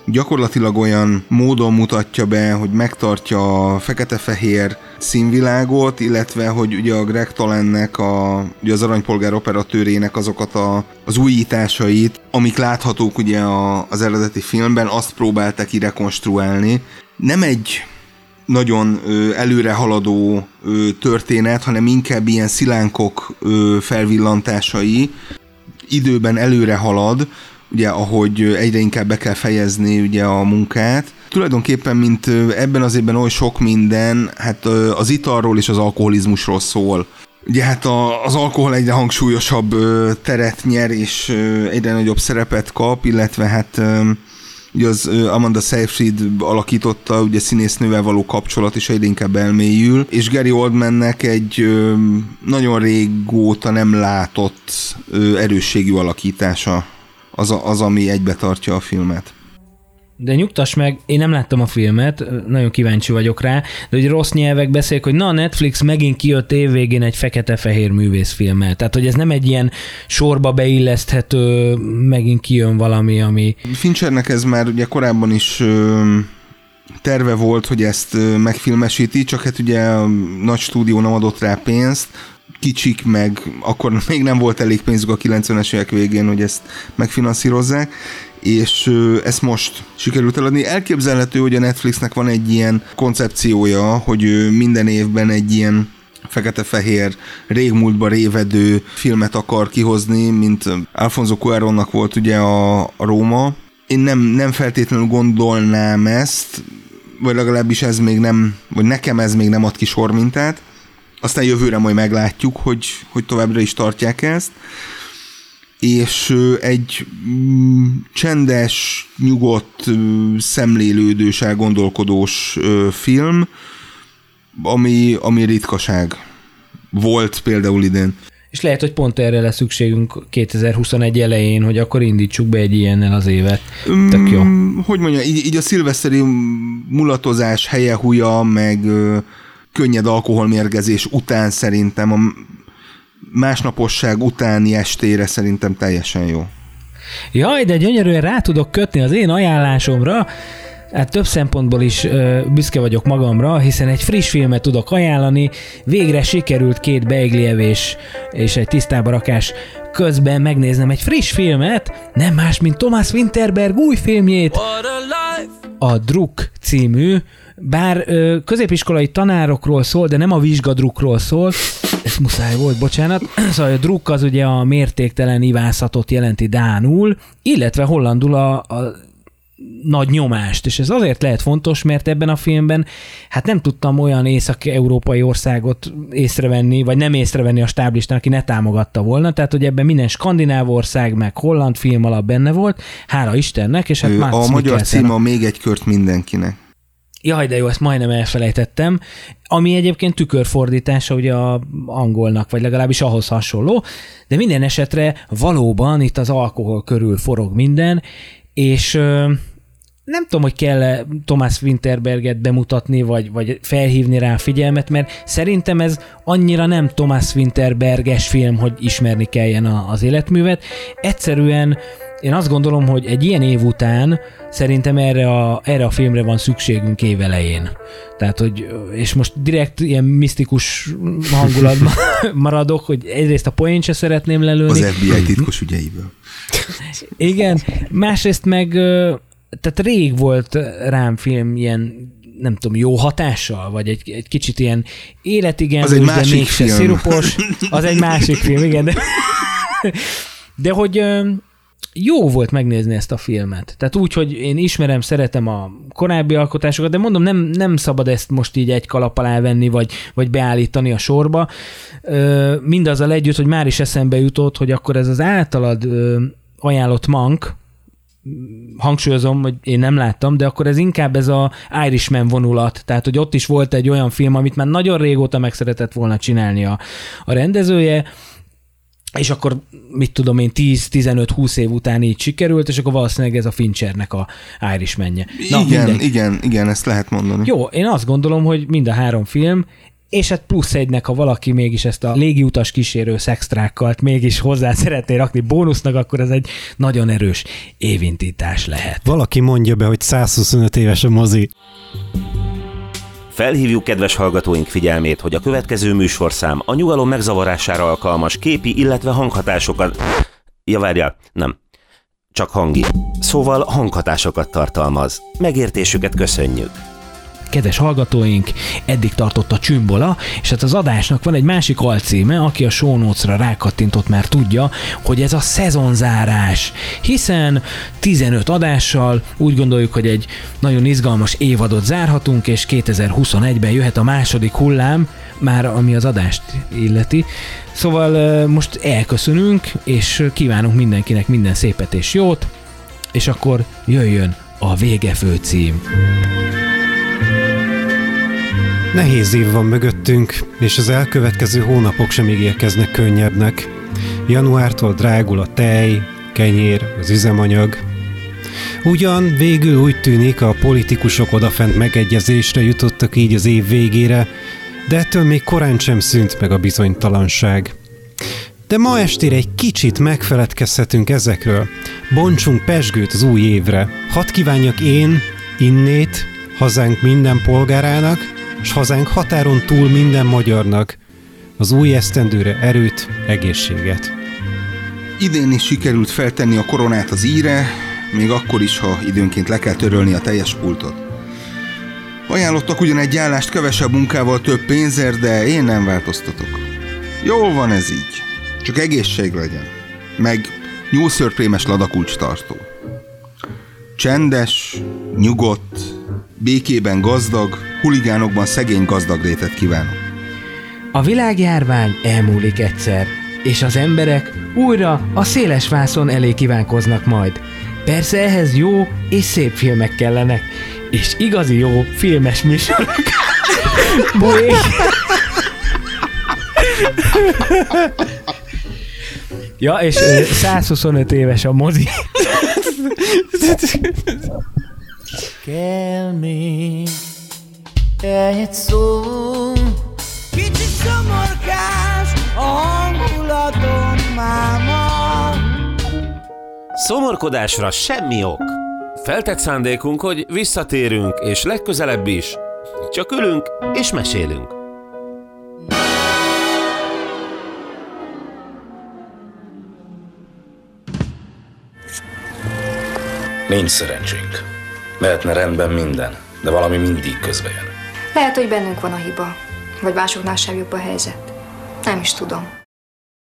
Speaker 4: gyakorlatilag olyan módon mutatja be, hogy megtartja a fekete-fehér színvilágot, illetve hogy ugye a Greg Tolannek, ugye az Aranypolgár operatőrének azokat az újításait, amik láthatók ugye az eredeti filmben, azt próbálták rekonstruálni. Nem egy nagyon előre haladó történet, hanem inkább ilyen szilánkok felvillantásai, időben előre halad, ugye ahogy egyre inkább be kell fejezni ugye a munkát. Tulajdonképpen, mint ebben az évben oly sok minden, hát az italról és az alkoholizmusról szól. Ugye hát az alkohol egyre hangsúlyosabb teret nyer, és egyre nagyobb szerepet kap, illetve hát ugye az Amanda Seyfried alakította, ugye színésznővel való kapcsolat is egyre inkább elmélyül, és Gary Oldmannek egy nagyon régóta nem látott erősségű alakítása az, ami egybe tartja a filmet.
Speaker 3: De nyugtass meg, én nem láttam a filmet, nagyon kíváncsi vagyok rá, de hogy rossz nyelvek beszélik, hogy na, Netflix megint kijött évvégén egy fekete-fehér művészfilmmel. Tehát, hogy ez nem egy ilyen sorba beilleszthető, megint kijön valami, ami... Finchernek
Speaker 4: ez már ugye korábban is terve volt, hogy ezt megfilmesíti, csak hát ugye a nagy stúdió nem adott rá pénzt, kicsik, meg akkor még nem volt elég pénzük a 90-es évek végén, hogy ezt megfinanszírozzák, és ezt most sikerült eladni. Elképzelhető, hogy a Netflixnek van egy ilyen koncepciója, hogy minden évben egy ilyen fekete-fehér, régmúltba révedő filmet akar kihozni, mint Alfonso Cuarónnak volt ugye a Róma. Én nem feltétlenül gondolnám ezt, vagy legalábbis ez még nem, vagy nekem ez még nem ad ki sormintát. Aztán jövőre majd meglátjuk, hogy továbbra is tartják ezt. És egy csendes, nyugodt, szemlélődős, elgondolkodós film, ami ritkaság volt például idén.
Speaker 3: És lehet, hogy pont erre lesz szükségünk 2021 elején, hogy akkor indítsuk be egy ilyennel az évet. Tök jó.
Speaker 4: Hogy mondja, így a szilveszteri mulatozás helye húja, meg könnyed alkoholmérgezés után szerintem, a másnaposság utáni estére szerintem teljesen jó.
Speaker 3: Jaj, de gyönyörűen rá tudok kötni az én ajánlásomra. Hát több szempontból is büszke vagyok magamra, hiszen egy friss filmet tudok ajánlani. Végre sikerült 2 beiglievés és egy tisztába rakás közben megnéznem egy friss filmet, nem más, mint Thomas Winterberg új filmjét, a Druk című, bár középiskolai tanárokról szól, de nem a vizsgadrukról szól, ez muszáj volt, bocsánat. Szóval a druk az ugye a mértéktelen ivászatot jelenti dánul, illetve hollandul a nagy nyomást, és ez azért lehet fontos, mert ebben a filmben hát nem tudtam olyan észak-európai országot észrevenni, vagy nem észrevenni a stáblistán, aki ne támogatta volna, tehát hogy ebben minden skandináv ország, meg holland film alap benne volt, hála Istennek, és hát
Speaker 4: a magyar cím a Még egy kört mindenkinek.
Speaker 3: Jaj, de jó, ezt majdnem elfelejtettem, ami egyébként tükörfordítása ugye a angolnak, vagy legalábbis ahhoz hasonló, de minden esetre valóban itt az alkohol körül forog minden, és nem tudom, hogy kell Thomas Winterberget bemutatni, vagy felhívni rá a figyelmet, mert szerintem ez annyira nem Thomas Winterberges film, hogy ismerni kelljen az életművet. Egyszerűen én azt gondolom, hogy egy ilyen év után szerintem erre a filmre van szükségünk évelején. Tehát, hogy, és most direkt ilyen misztikus hangulatban maradok, hogy egyrészt a poént se szeretném lelőni.
Speaker 4: Az FBI titkos ügyeiből.
Speaker 3: Igen, másrészt meg, tehát rég volt rám film ilyen, nem tudom, jó hatással, vagy egy kicsit ilyen életigenlős, de mégse szirupos. Az egy másik film, igen. De hogy jó volt megnézni ezt a filmet. Tehát úgy, hogy én ismerem, szeretem a korábbi alkotásokat, de mondom, nem szabad ezt most így egy kalap alá venni, vagy beállítani a sorba. Mindazzal együtt, hogy már is eszembe jutott, hogy akkor ez az általad ajánlott Mank, hangsúlyozom, hogy én nem láttam, de akkor ez inkább ez a Irishman vonulat. Tehát, hogy ott is volt egy olyan film, amit már nagyon régóta meg szeretett volna csinálni a rendezője, és akkor, mit tudom én, 10-15-20 év után így sikerült, és akkor valószínűleg ez a Finchernek a Irishmanje.
Speaker 4: Igen, ezt lehet mondani.
Speaker 3: Jó, én azt gondolom, hogy mind a 3 film és hát plusz egynek, ha valaki mégis ezt a légiutas kísérő szextrákkalt mégis hozzá szeretné rakni bónusznak, akkor ez egy nagyon erős évindítás lehet.
Speaker 1: Valaki mondja be, hogy 125 éves a mozi.
Speaker 2: Felhívjuk kedves hallgatóink figyelmét, hogy a következő műsorszám a nyugalom megzavarására alkalmas képi, illetve hanghatásokat... Ja, várjál, nem. Csak hangi. Szóval hanghatásokat tartalmaz. Megértésüket köszönjük.
Speaker 3: Kedves hallgatóink, eddig tartott a Csümbola, és hát az adásnak van egy másik alcíme, aki a show notes-ra rákattintott, már tudja, hogy ez a szezonzárás, hiszen 15 adással úgy gondoljuk, hogy egy nagyon izgalmas évadot zárhatunk, és 2021-ben jöhet a második hullám, már ami az adást illeti. Szóval most elköszönünk, és kívánunk mindenkinek minden szépet és jót, és akkor jöjjön a vége főcím.
Speaker 1: Nehéz év van mögöttünk, és az elkövetkező hónapok sem ígérkeznek könnyebbnek. Januártól drágul a tej, kenyér, az üzemanyag. Ugyan végül úgy tűnik, a politikusok odafent megegyezésre jutottak így az év végére, de ettől még korán sem szűnt meg a bizonytalanság. De ma estére egy kicsit megfeledkezhetünk ezekről. Bontsunk pezsgőt az új évre. Hadd kívánjak én, innét, hazánk minden polgárának, s hazánk határon túl minden magyarnak az új esztendőre erőt, egészséget.
Speaker 4: Idén is sikerült feltenni a koronát az íre, még akkor is, ha időnként le kell törölni a teljes pultot. Ajánlottak ugyan egy állást kevesebb munkával több pénzért, de én nem változtatok. Jól van ez így. Csak egészség legyen. Meg nyúlszörprémes ladakulcs tartó. Csendes, nyugodt, békében gazdag, huligánokban szegény gazdag létet kívánok.
Speaker 3: A világjárvány elmúlik egyszer, és az emberek újra a széles vászon elé kívánkoznak majd. Persze ehhez jó és szép filmek kellenek, és igazi jó filmes műsorok. Ja, és 125 éves a mozi.
Speaker 5: Kell még egy szó, kicsit szomorkás a hangulatom máma.
Speaker 2: Szomorkodásra semmi ok. Feltett szándékunk, hogy visszatérünk, és legközelebb is csak ülünk és mesélünk.
Speaker 6: Nincs szerencsénk. Lehetne rendben minden, de valami mindig közbe jön.
Speaker 7: Lehet, hogy bennünk van a hiba, vagy másoknál sem jobb a helyzet. Nem is tudom.